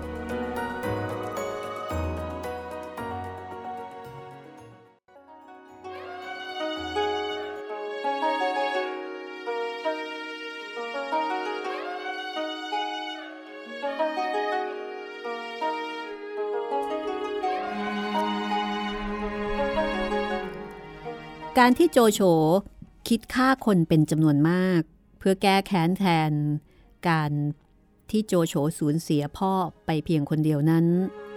การที่โจโฉคิดฆ่าคนเป็นจำนวนมากเพื่อแก้แค้นแทนการที่โจโฉสูญเสียพ่อไปเพียงคนเดียวนั้น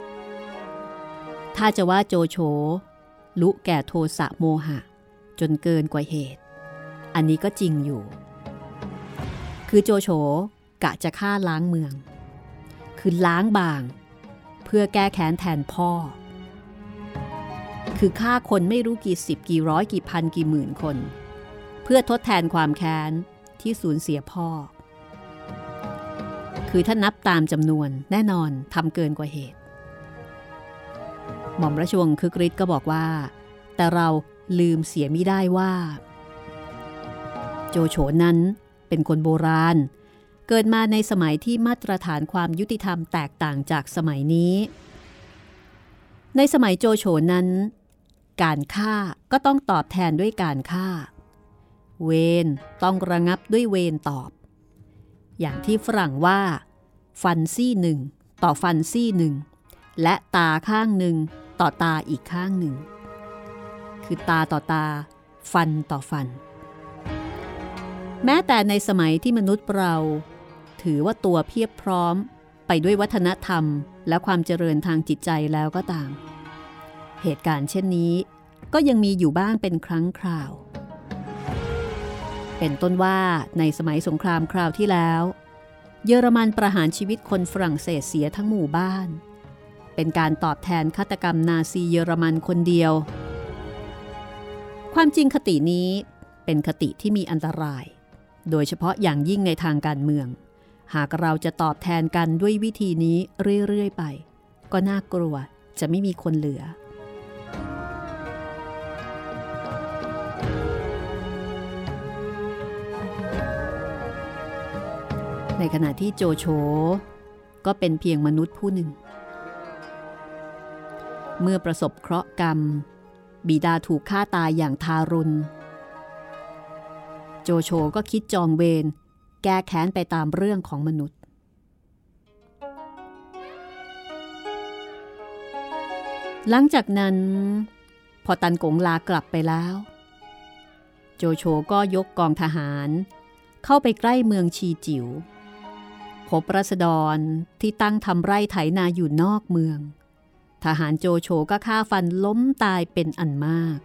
ถ้าจะว่าโจโฉลุแก่โทสะโมหะจนเกินกว่าเหตุอันนี้ก็จริงอยู่คือโจโฉกะจะฆ่าล้างเมืองคือล้างบางเพื่อแก้แค้นแทนพ่อคือฆ่าคนไม่รู้กี่สิบกี่ร้อยกี่พันกี่หมื่นคนเพื่อทดแทนความแค้นที่สูญเสียพ่อคือถ้านับตามจำนวนแน่นอนทำเกินกว่าเหตุหม่อมราชวงศ์คึกฤทธิ์ก็บอกว่าแต่เราลืมเสียมิได้ว่าโจโฉนั้นเป็นคนโบราณเกิดมาในสมัยที่มาตรฐานความยุติธรรมแตกต่างจากสมัยนี้ในสมัยโจโฉนั้นการฆ่าก็ต้องตอบแทนด้วยการฆ่าเวรต้องระงับด้วยเวรตอบอย่างที่ฝรั่งว่าฟันซี่หนึ่งต่อฟันซี่หนึ่งและตาข้างหนึ่งต่อตาอีกข้างหนึ่งคือตาต่อตาฟันต่อฟันแม้แต่ในสมัยที่มนุษย์เราถือว่าตัวเพียบพร้อมไปด้วยวัฒนธรรมและความเจริญทางจิตใจแล้วก็ตามเหตุการณ์เช่นนี้ก็ยังมีอยู่บ้างเป็นครั้งคราวเป็นต้นว่าในสมัยสงครามคราวที่แล้วเยอรมันประหารชีวิตคนฝรั่งเศสเสียทั้งหมู่บ้านเป็นการตอบแทนฆาตกรรมนาซีเยอรมันคนเดียวความจริงคตินี้เป็นคติที่มีอันตรายโดยเฉพาะอย่างยิ่งในทางการเมืองหากเราจะตอบแทนกันด้วยวิธีนี้เรื่อยๆไปก็น่ากลัวจะไม่มีคนเหลือในขณะที่โจโฉก็เป็นเพียงมนุษย์ผู้หนึ่งเมื่อประสบเคราะห์กรรมบิดาถูกฆ่าตายอย่างทารุณโจโฉก็คิดจองเวรแก้แค้นไปตามเรื่องของมนุษย์หลังจากนั้นพอตันกงลากลับไปแล้วโจโฉก็ยกกองทหารเข้าไปใกล้เมืองชีจิ๋วพบราษฎรที่ตั้งทำไร่ไถนาอยู่นอกเมืองทหารโจโฉก็ฆ่าฟันล้มตายเป็นอันมาก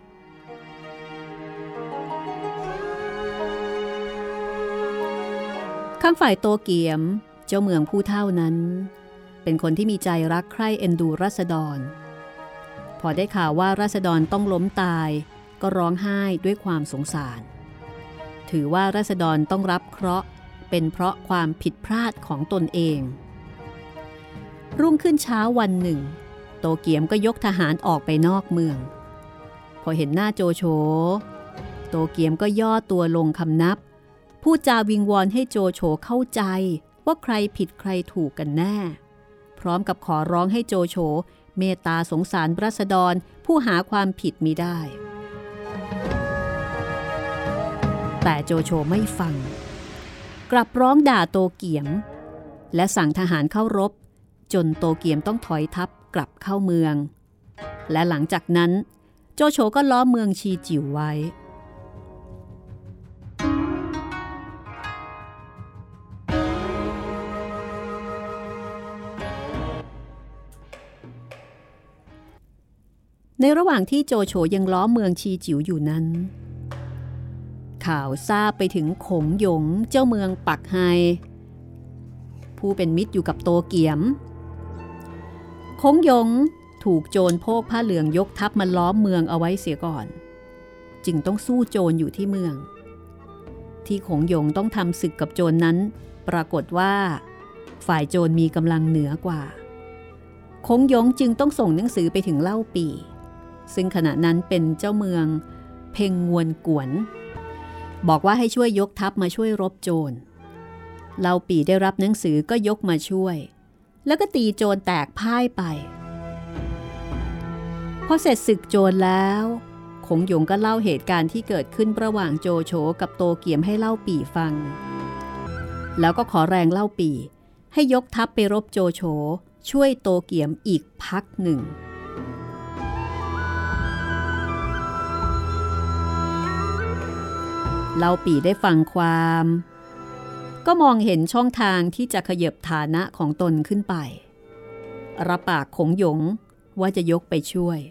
ข้างฝ่ายโตเกียมเจ้าเมืองผู้เฒ่านั้นเป็นคนที่มีใจรักใคร่เอ็นดูราษฎรพพอได้ข่าวว่าราษฎรต้องล้มตายก็ร้องไห้ด้วยความสงสารถือว่าราษฎรต้องรับเคราะห์เป็นเพราะความผิดพลาดของตนเองรุ่งขึ้นเช้าวันหนึ่งโตเกียมก็ยกทหารออกไปนอกเมืองพอเห็นหน้าโจโฉโตเกียมก็ย่อตัวลงคำนับพูดจาวิงวอนให้โจโฉเข้าใจว่าใครผิดใครถูกกันแน่พร้อมกับขอร้องให้โจโฉเมตตาสงสารราษฎรผู้หาความผิดมิได้แต่โจโฉไม่ฟังกลับร้องด่าโตเกียมและสั่งทหารเข้ารบจนโตเกียมต้องถอยทัพกลับเข้าเมืองและหลังจากนั้นโจโฉก็ล้อมเมืองชีจิ๋วไว้ในระหว่างที่โจโฉยังล้อมเมืองชีจิ๋วอยู่นั้นข่าวทราบไปถึงขงหยงเจ้าเมืองปักไฮผู้เป็นมิตรอยู่กับโตเกียมขงหยงถูกโจรโพกผ้าเหลืองยกทัพมาล้อมเมืองเอาไว้เสียก่อนจึงต้องสู้โจรอยู่ที่เมืองที่ขงหยงต้องทำศึกกับโจรนั้นปรากฏว่าฝ่ายโจรมีกำลังเหนือกว่าขงหยงจึงต้องส่งหนังสือไปถึงเล่าปี่ซึ่งขณะนั้นเป็นเจ้าเมืองเพ่งงวนกวนบอกว่าให้ช่วยยกทัพมาช่วยรบโจรเล่าปี่ได้รับหนังสือก็ยกมาช่วยแล้วก็ตีโจรแตกพ่ายไปพอเสร็จศึกโจรแล้วขงหยงก็เล่าเหตุการณ์ที่เกิดขึ้นระหว่างโจโฉกับโตเกียมให้เล่าปี่ฟังแล้วก็ขอแรงเล่าปี่ให้ยกทัพไปรบโจโฉช่วยโตเกียมอีกพักหนึ่งเล่าปี่ได้ฟังความก็มองเห็นช่องทางที่จะขยับฐานะของตนขึ้นไปรับปากขงหยงว่าจะยกไปช่วย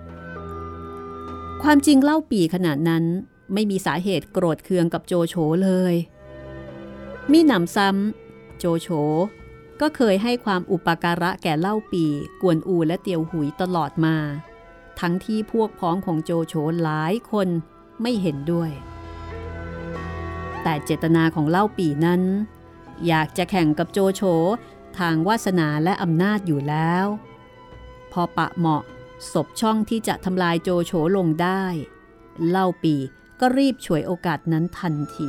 ความจริงเล่าปี่ขนาดนั้นไม่มีสาเหตุโกรธเคืองกับโจโฉเลยมิหนำซ้ำโจโฉก็เคยให้ความอุปการะแก่เล่าปี่กวนอูและเตียวหุยตลอดมาทั้งที่พวกพ้องของโจโฉหลายคนไม่เห็นด้วยแต่เจตนาของเล่าปี่นั้นอยากจะแข่งกับโจโฉทางวาสนาและอำนาจอยู่แล้วพอปะเหมาะศพช่องที่จะทำลายโจโฉลงได้เล่าปี่ก็รีบฉวยโอกาสนั้นทันที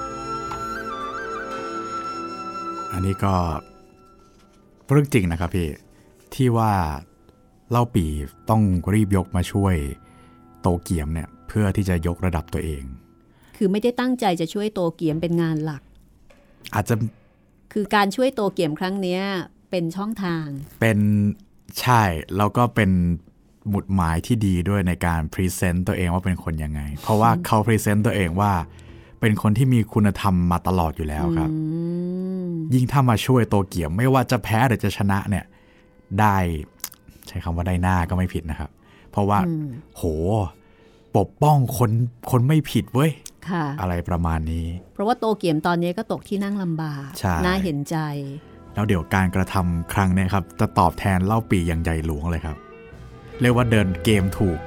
อันนี้ก็เรื่องจริงนะครับพี่ที่ว่าเล่าปี่ต้องรีบยกมาช่วยโตเกียมเนี่ยเพื่อที่จะยกระดับตัวเองคือไม่ได้ตั้งใจจะช่วยโตเกียมเป็นงานหลักอาจจะคือการช่วยโตเกียมครั้งนี้เป็นช่องทางเป็นใช่แล้วก็เป็นหมุดหมายที่ดีด้วยในการพรีเซนต์ตัวเองว่าเป็นคนยังไงเพราะว่าเขาพรีเซนต์ตัวเองว่าเป็นคนที่มีคุณธรรมมาตลอดอยู่แล้วครับยิ่งถ้ามาช่วยโตเกียมไม่ว่าจะแพ้หรือจะชนะเนี่ยได้ใช้คำว่าได้หน้าก็ไม่ผิดนะครับเพราะว่าโหปกป้องคนคนไม่ผิดเว้ยอะไรประมาณนี้เพราะว่าโตเกียมตอนนี้ก็ตกที่นั่งลำบากน่าเห็นใจแล้วเดี๋ยวการกระทำครั้งนี้ครับจะตอบแทนเล่าปี่อย่างใหญ่หลวงเลยครับเรียกว่าเดินเกมถูก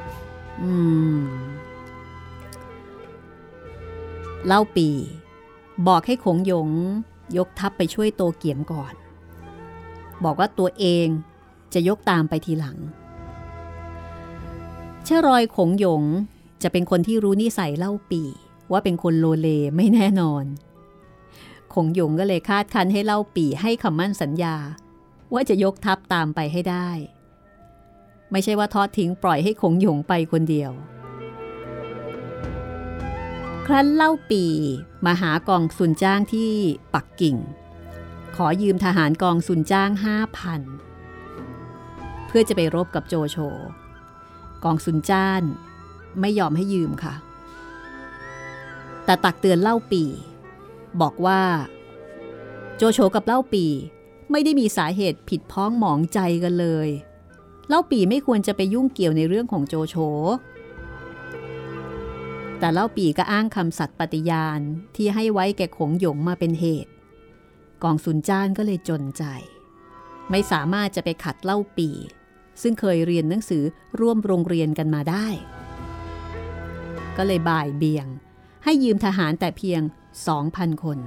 เล่าปี่บอกให้ขงหยงยกทัพไปช่วยโตเกียมก่อนบอกว่าตัวเองจะยกตามไปทีหลังเช่อรอยขงหยงจะเป็นคนที่รู้นิสัยเล่าปี่ว่าเป็นคนโลเลไม่แน่นอนขงหยงก็เลยคาดคั้นให้เล่าปี่ให้คำมั่นสัญญาว่าจะยกทัพตามไปให้ได้ไม่ใช่ว่าทอดทิ้งปล่อยให้ขงหยงไปคนเดียวครั้นเล่าปี่มาหากองซุนจ้างที่ปักกิ่งขอยืมทหารกองซุนจ้าง ห้าพัน เพื่อจะไปรบกับโจโฉกองซุนจ้านไม่ยอมให้ยืมค่ะแต่ตักเตือนเล่าปี่บอกว่าโจโฉกับเล่าปี่ไม่ได้มีสาเหตุผิดพ้องหมองใจกันเลยเล่าปี่ไม่ควรจะไปยุ่งเกี่ยวในเรื่องของโจโฉแต่เล่าปี่ก็อ้างคำสัตย์ปฏิญาณที่ให้ไว้แก่ขงหยงมาเป็นเหตุกองซุนจ้านก็เลยจนใจไม่สามารถจะไปขัดเล่าปี่ซึ่งเคยเรียนหนังสือร่วมโรงเรียนกันมาได้ก็เลยบ่ายเบี่ยงให้ยืมทหารแต่เพียง สองพัน คน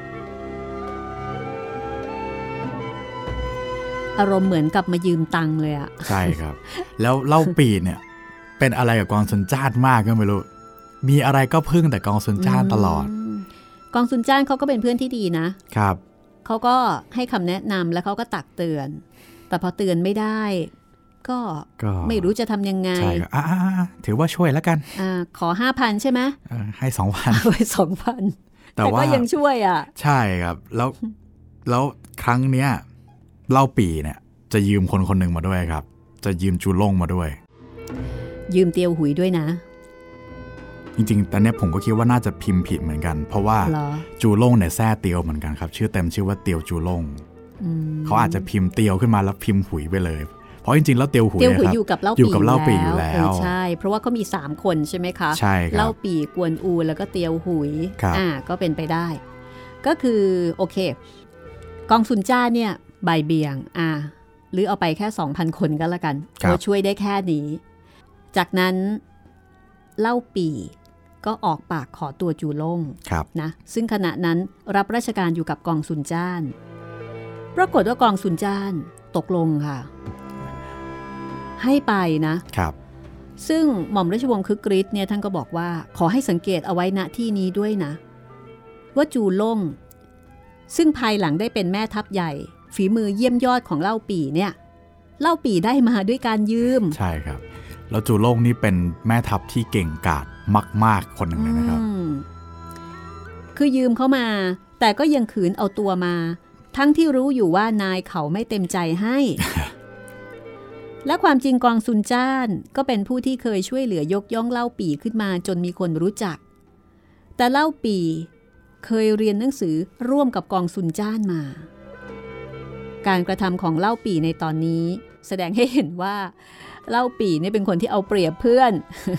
อารมณ์เหมือนกับมายืมตังค์เลยอะใช่ครับ แล้วเล่าปีเนี่ยเป็นอะไรกับกองซุนจ้านมากก็ไม่รู้มีอะไรก็พึ่งแต่กองซุนจ้านตลอดกองซุนจ้านเขาก็เป็นเพื่อนที่ดีนะครับเขาก็ให้คำแนะนำแล้วเขาก็ตักเตือนแต่พอเตือนไม่ได้ก็ไม่รู้จะทำยังไงใช่ครับถือว่าช่วยแล้วกันอขอ ห้าพัน ใช่ไหมให้ สองพันเอาไป สองพัน แต่ก็ยังช่วยอ่ะใช่ครับแล้วแล้วครั้งเนี้ยเล่าปีเนี่ยจะยืมคนคนหนึ่งมาด้วยครับจะยืมจูล่งมาด้วยยืมเตียวหุยด้วยนะจริงๆแต่เนี้ยผมก็คิดว่าน่าจะพิมพ์ผิดเหมือนกันเพราะว่าจูล่งเนี่ยแซ่เตียวเหมือนกันครับชื่อเต็มชื่อว่าเตียวจูล่งเขาอาจจะพิมพ์เตียวขึ้นมาแล้วพิมพ์หุยไปเลยเพราะจริงๆแล้วเตียวหุยเนี่ยครับอยู่กับเล่าปีอยู่แล้วใช่เพราะว่าเขามีสามคนใช่ไหมคะใช่ครับเล่าปีกวนอูแล้วก็เตียวหุยอ่าก็เป็นไปได้ก็คือโอเคกองซุนจ้าเนี่ยบ่ายเบี่ยงอ่าหรือเอาไปแค่ สองพัน คนก็แล้วกันเขาช่วยได้แค่นี้จากนั้นเล่าปีก็ออกปากขอตัวจูล่งนะซึ่งขณะนั้นรับราชการอยู่กับกองซุนจ้านปรากฏว่ากองซุนจ้านตกลงค่ะให้ไปนะครับซึ่งหม่อมราชวงศ์คึกฤทธิ์เนี่ยท่านก็บอกว่าขอให้สังเกตเอาไว้ณที่นี้ด้วยนะว่าจูล่งซึ่งภายหลังได้เป็นแม่ทัพใหญ่ฝีมือเยี่ยมยอดของเล่าปี่เนี่ยเล่าปี่ได้มาด้วยการยืมใช่ครับแล้วจูล่งนี่เป็นแม่ทัพที่เก่งกาจมากๆคนหนึ่งเลยนะครับคือยืมเขามาแต่ก็ยังขืนเอาตัวมาทั้งที่รู้อยู่ว่านายเขาไม่เต็มใจให้ และความจริงกองซุนจ้านก็เป็นผู้ที่เคยช่วยเหลือยกย่องเล่าปี่ขึ้นมาจนมีคนรู้จักแต่เล่าปี่เคยเรียนหนังสือร่วมกับกองซุนจ้านมาการกระทำของเล่าปี่ในตอนนี้แสดงให้เห็นว่าเล่าปี่นี่เป็นคนที่เอาเปรียบเพื่อน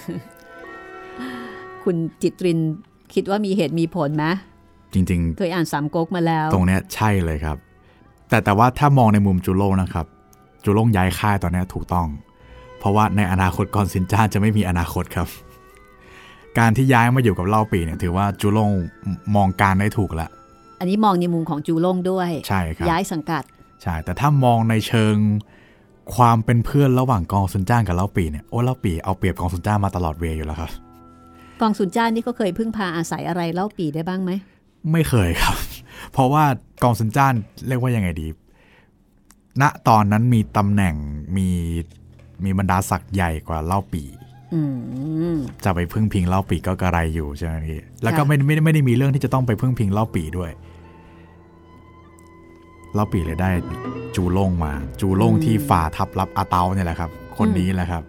คุณจิตรินคิดว่ามีเหตุมีผลไหมจริงๆเคยอ่านสามก๊กมาแล้วตรงเนี้ยใช่เลยครับแต่แต่ว่าถ้ามองในมุมจูล่งนะครับจูล่งย้ายค่ายตอนนี้ถูกต้องเพราะว่าในอนาคตกองซินจ้านจะไม่มีอนาคตครับการที่ย้ายมาอยู่กับเล่าปี่เนี่ยถือว่าจูล่งมองการได้ถูกแล้วอันนี้มองในมุมของจูล่งด้วยใช่ครับย้ายสังกัดใช่แต่ถ้ามองในเชิงความเป็นเพื่อนระหว่างกองซุนจ้านกับเล่าปี่เนี่ยโอ้เล่าปี่เอาเปรียบกองซุนจ้านมาตลอดเวอยู่แล้วครับกองซุนจ้านนี่ก็เคยพึ่งพาอาศัยอะไรเล่าปี่ได้บ้างไหมไม่เคยครับเพราะว่ากองซุนจ้านเรียกว่ายังไงดีณตอนนั้นมีตำแหน่งมีมีบรรดาศักดิ์ใหญ่กว่าเล่าปี่จะไปพึ่งพิงเล่าปี่ก็กระไรอยู่ใช่ไหมพี่แล้วก็ไม่ไม่ไม่ได้มีเรื่องที่จะต้องไปพึ่งพิงเล่าปี่ด้วยเล่าปี่เลยได้จูล่งมาจูล่งที่ฝ่าทัพรับอาเตาเนี่ยแหละครับคนนี้แหละครับ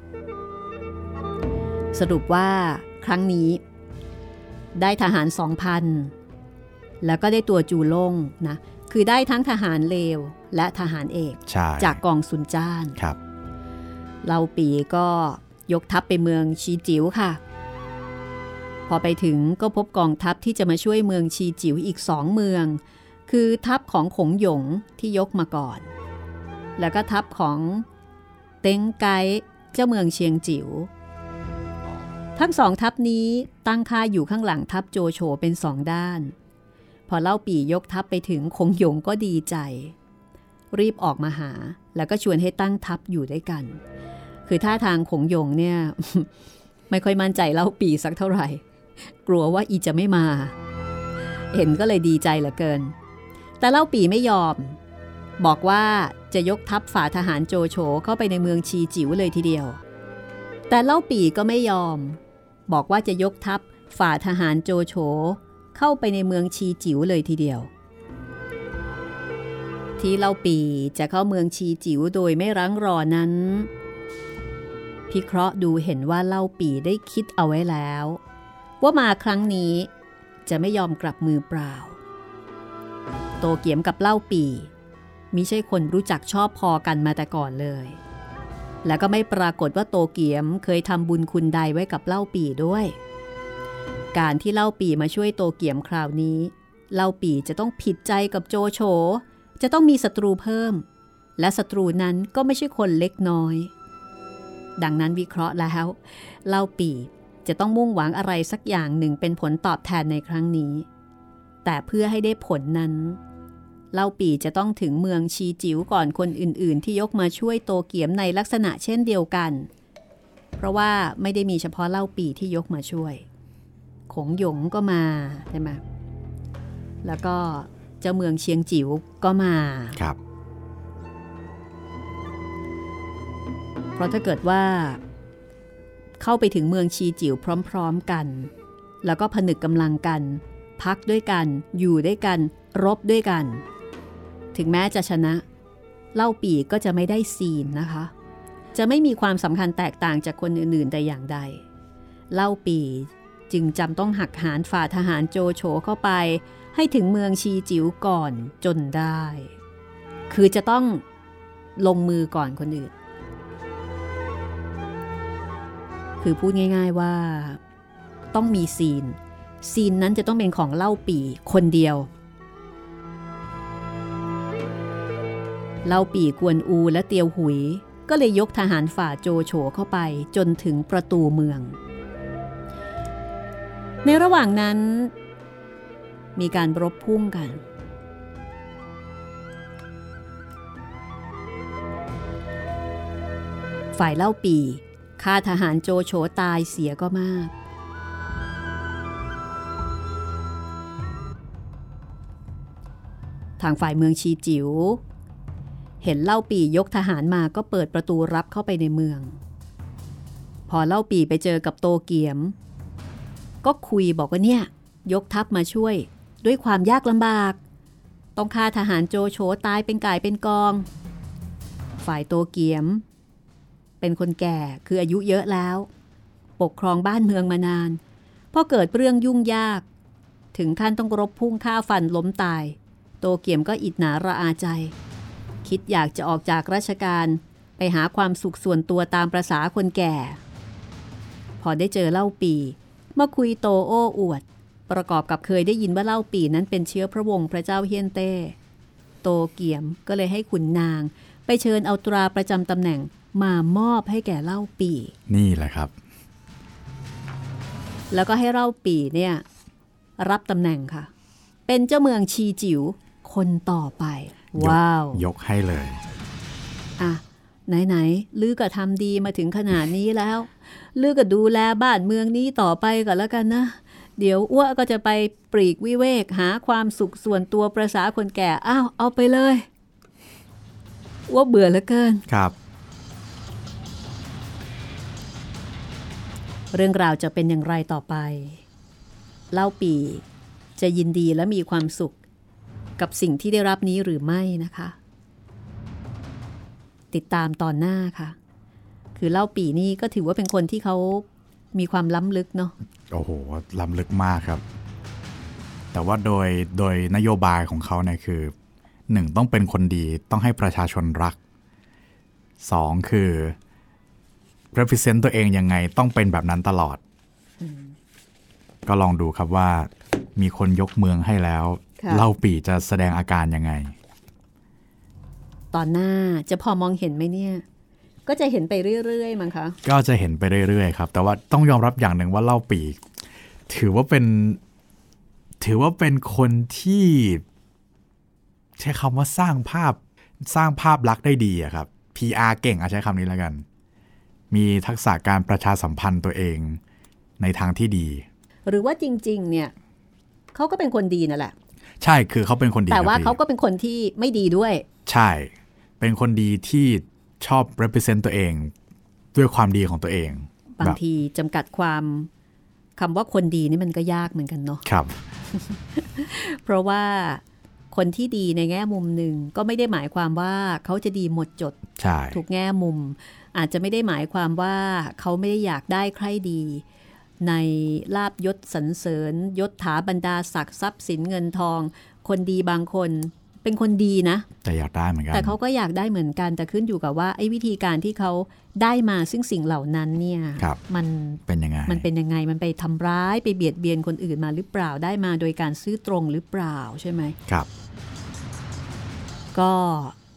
สรุปว่าครั้งนี้ได้ทหาร สองพัน แล้วก็ได้ตัวจูล่งนะคือได้ทั้งทหารเลวและทหารเอกจากกองซุนจ้านครับเล่าปี่ก็ยกทัพไปเมืองชีจิ๋วค่ะพอไปถึงก็พบกองทัพที่จะมาช่วยเมืองชีจิ๋วอีกสองเมืองคือทัพของขงหยงที่ยกมาก่อนแล้วก็ทัพของเต็งไกเจ้าเมืองเชียงจิ๋วทั้งสองทัพนี้ตั้งค่ายอยู่ข้างหลังทัพโจโฉเป็นสองด้านพอเล่าปี่ยกทัพไปถึงขงหยงก็ดีใจรีบออกมาหาแล้วก็ชวนให้ตั้งทัพอยู่ด้วยกันคือท่าทางขงหยงเนี่ย ไม่ค่อยมั่นใจเล่าปี่สักเท่าไหร่กลัวว่าอีจะไม่มาเห็นก็เลยดีใจเหลือเกินแต่เล่าปี่ไม่ยอมบอกว่าจะยกทัพฝ่าทหารโจโฉเข้าไปในเมืองชีจิ๋วเลยทีเดียวแต่เล่าปี่ก็ไม่ยอมบอกว่าจะยกทัพฝ่าทหารโจโฉเข้าไปในเมืองชีจิ๋วเลยทีเดียวที่เล่าปี่จะเข้าเมืองชีจิ๋วโดยไม่รั้งรอนั้นพิเคราะห์ดูเห็นว่าเล่าปี่ได้คิดเอาไว้แล้วว่ามาครั้งนี้จะไม่ยอมกลับมือเปล่าโตเกียมกับเล่าปี่มิใช่คนรู้จักชอบพอกันมาแต่ก่อนเลยแล้วก็ไม่ปรากฏว่าโตเกียมเคยทำบุญคุณใดไว้กับเล่าปี่ด้วยการที่เล่าปี่มาช่วยโตเกียมคราวนี้เล่าปี่จะต้องผิดใจกับโจโฉจะต้องมีศัตรูเพิ่มและศัตรูนั้นก็ไม่ใช่คนเล็กน้อยดังนั้นวิเคราะห์แล้วเล่าปี่จะต้องมุ่งหวังอะไรสักอย่างหนึ่งเป็นผลตอบแทนในครั้งนี้แต่เพื่อให้ได้ผลนั้นเล่าปี่จะต้องถึงเมืองชีจิ๋วก่อนคนอื่นๆที่ยกมาช่วยโตเกียมในลักษณะเช่นเดียวกันเพราะว่าไม่ได้มีเฉพาะเล่าปี่ที่ยกมาช่วยขงหยงก็มาใช่ไหมแล้วก็เจ้าเมืองเชียงจิ๋วก็มาครับเพราะถ้าเกิดว่าเข้าไปถึงเมืองชีจิ๋วพร้อมๆกันแล้วก็ผนึกกำลังกันพักด้วยกันอยู่ด้วยกันรบด้วยกันถึงแม้จะชนะเล่าปี่ก็จะไม่ได้ซีนนะคะจะไม่มีความสำคัญแตกต่างจากคนอื่นๆแต่อย่างใดเล่าปี่จึงจำต้องหักหานฝ่าทหารโจโฉเข้าไปให้ถึงเมืองชีจิ๋วก่อนจนได้คือจะต้องลงมือก่อนคนอื่นคือพูดง่ายๆว่าต้องมีซีนซีนนั้นจะต้องเป็นของเล่าปี่คนเดียวเล่าปี่กวนอูและเตียวหุยก็เลยยกทหารฝ่าโจโฉเข้าไปจนถึงประตูเมืองในระหว่างนั้นมีการรบพุ่งกันฝ่ายเล่าปี่ฆ่าทหารโจโฉตายเสียก็มากทางฝ่ายเมืองชีจิ๋วเห็นเล่าปี่ยกทหารมาก็เปิดประตูรับเข้าไปในเมืองพอเล่าปี่ไปเจอกับโตเกียมก็คุยบอกว่าเนี่ยยกทัพมาช่วยด้วยความยากลำบากต้องฆ่าทหารโจโฉตายเป็นก่ายเป็นกองฝ่ายโตเกียมเป็นคนแก่คืออายุเยอะแล้วปกครองบ้านเมืองมานานพอเกิดเรื่องยุ่งยากถึงขั้นต้องรบพุ่งฆ่าฟันล้มตายโตเกียมก็อิจฉาระอาใจคิดอยากจะออกจากราชการไปหาความสุขส่วนตัวตามประสาคนแก่พอได้เจอเล่าปี่มาคุยโตโอ้อวดประกอบกับเคยได้ยินว่าเล่าปี่นั้นเป็นเชื้อพระวงศ์พระเจ้าเฮียนเต้โตเกียมก็เลยให้ขุนนางไปเชิญเอาตราประจำตำแหน่งมามอบให้แก่เล่าปี่นี่แหละครับแล้วก็ให้เล่าปี่เนี่ยรับตำแหน่งค่ะเป็นเจ้าเมืองชีจิ๋วคนต่อไปว้าวยกให้เลยอ่ะไหนๆลือก็ทำดีมาถึงขนาดนี้แล้วลือก็ดูแลบ้านเมืองนี้ต่อไปก่อนแล้วกันนะเดี๋ยวอ้วก็จะไปปลีกวิเวกหาความสุขส่วนตัวประสาคนแก่อ้าวเอาไปเลยอ้วเบื่อเหลือเกินครับเรื่องราวจะเป็นอย่างไรต่อไปเล่าปี่จะยินดีและมีความสุขกับสิ่งที่ได้รับนี้หรือไม่นะคะติดตามตอนหน้าค่ะคือเล่าปี่นี่ก็ถือว่าเป็นคนที่เขามีความล้ำลึกเนาะโอ้โหล้ำลึกมากครับแต่ว่าโดยโดยนโยบายของเขาเนี่ยคือหนึ่งต้องเป็นคนดีต้องให้ประชาชนรักสองคือ represent ตัวเองยังไงต้องเป็นแบบนั้นตลอดก็ลองดูครับว่ามีคนยกเมืองให้แล้วเล่าปี่จะแสดงอาการยังไงตอนหน้าจะพอมองเห็นไหมเนี่ยก็จะเห็นไปเรื่อยๆมั้งคะก็จะเห็นไปเรื่อยๆครับแต่ว่าต้องยอมรับอย่างหนึ่งว่าเล่าปี่ถือว่าเป็นถือว่าเป็นคนที่ใช้คำว่าสร้างภาพสร้างภาพลักษณ์ได้ดีอะครับ พี อาร์ เก่งอะใช้คำนี้แล้วกันมีทักษะการประชาสัมพันธ์ตัวเองในทางที่ดีหรือว่าจริงๆเนี่ยเขาก็เป็นคนดีนั่นแหละใช่คือเขาเป็นคนดีแต่ว่าเขาก็เป็นคนที่ไม่ดีด้วยใช่เป็นคนดีที่ชอบ represent ตัวเองด้วยความดีของตัวเองบางทีจำกัดความคำว่าคนดีนี่มันก็ยากเหมือนกันเนาะครับเพราะว่าคนที่ดีในแง่มุมหนึ่งก็ไม่ได้หมายความว่าเขาจะดีหมดจดทุกแง่มุมอาจจะไม่ได้หมายความว่าเขาไม่ได้อยากได้ใครดีในลาภยศสรรเสริญยศถาบรรดาศักดิ์ทรัพย์สินเงินทองคนดีบางคนเป็นคนดีนะแต่อยากได้เหมือนกันแต่เขาก็อยากได้เหมือนกันแต่ขึ้นอยู่กับว่าไอ้วิธีการที่เขาได้มาซึ่งสิ่งเหล่านั้นเนี่ยมันเป็นยังไงมันเป็นยังไงมันไปทำร้ายไปเบียดเบียนคนอื่นมาหรือเปล่าได้มาโดยการซื้อตรงหรือเปล่าใช่ไหมครับก็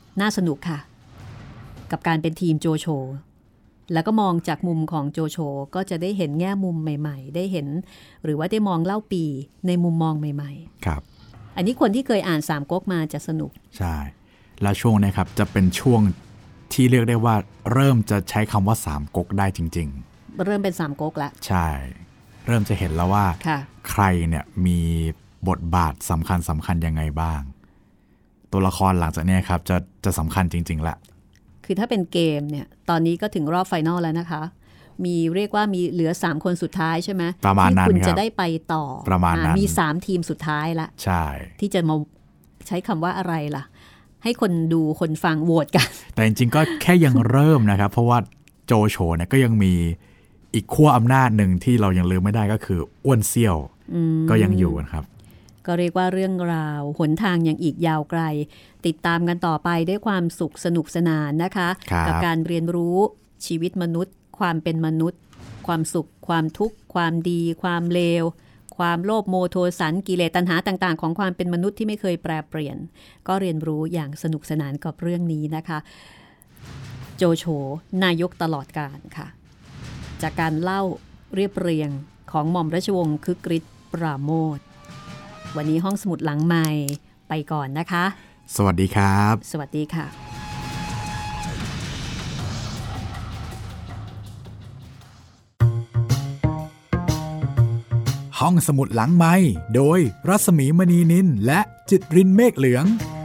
น่าสนุกค่ะกับการเป็นทีมโจโฉแล้วก็มองจากมุมของโจโฉก็จะได้เห็นแง่มุมใหม่ๆได้เห็นหรือว่าได้มองเล่าปีในมุมมองใหม่ๆครับอันนี้คนที่เคยอ่านสามก๊กมาจะสนุกใช่แล้วช่วงนี้ครับจะเป็นช่วงที่เรียกได้ว่าเริ่มจะใช้คำว่าสามก๊กได้จริงๆเริ่มเป็นสามก๊กแล้วใช่เริ่มจะเห็นแล้วว่าใครเนี่ยมีบทบาทสำคัญสำคัญยังไงบ้างตัวละครหลังจากนี้ครับจะจะสำคัญจริงๆละคือถ้าเป็นเกมเนี่ยตอนนี้ก็ถึงรอบไฟนอลแล้วนะคะมีเรียกว่ามีเหลือสามคนสุดท้ายใช่ไหมประมาณนั้นที่คุณจะได้ไปต่อประมาณนั้นมีสามทีมสุดท้ายละใช่ที่จะมาใช้คำว่าอะไรล่ะให้คนดูคนฟังโหวตกันแต่จริงๆก็แค่ยังเริ่มนะครับเพราะว่าโจโฉเนี่ยก็ยังมีอีกขั้วอำนาจหนึ่งที่เรายังลืมไม่ได้ก็คืออ้วนเซี่ยวก็ยังอยู่นะครับก็เรียกว่าเรื่องราวหนทางยังอีกยาวไกลติดตามกันต่อไปด้วยความสุขสนุกสนานนะคะกับการเรียนรู้ชีวิตมนุษย์ความเป็นมนุษย์ความสุขความทุกข์ความดีความเลวความโลภโมโทสันกิเลสตัณหาต่างๆของความเป็นมนุษย์ที่ไม่เคยแปรเปลี่ยนก็เรียนรู้อย่างสนุกสนานกับเรื่องนี้นะคะโจโฉนายกตลอดกาลค่ะจากการเล่าเรียบเรียงของหม่อมราชวงศ์คึกฤทธิ์ปราโมทย์วันนี้ห้องสมุดหลังใหม่ไปก่อนนะคะสวัสดีครับสวัสดีค่ะห้องสมุดหลังไมค์โดยรัศมีมณีนินและจิตรินเมฆเหลือง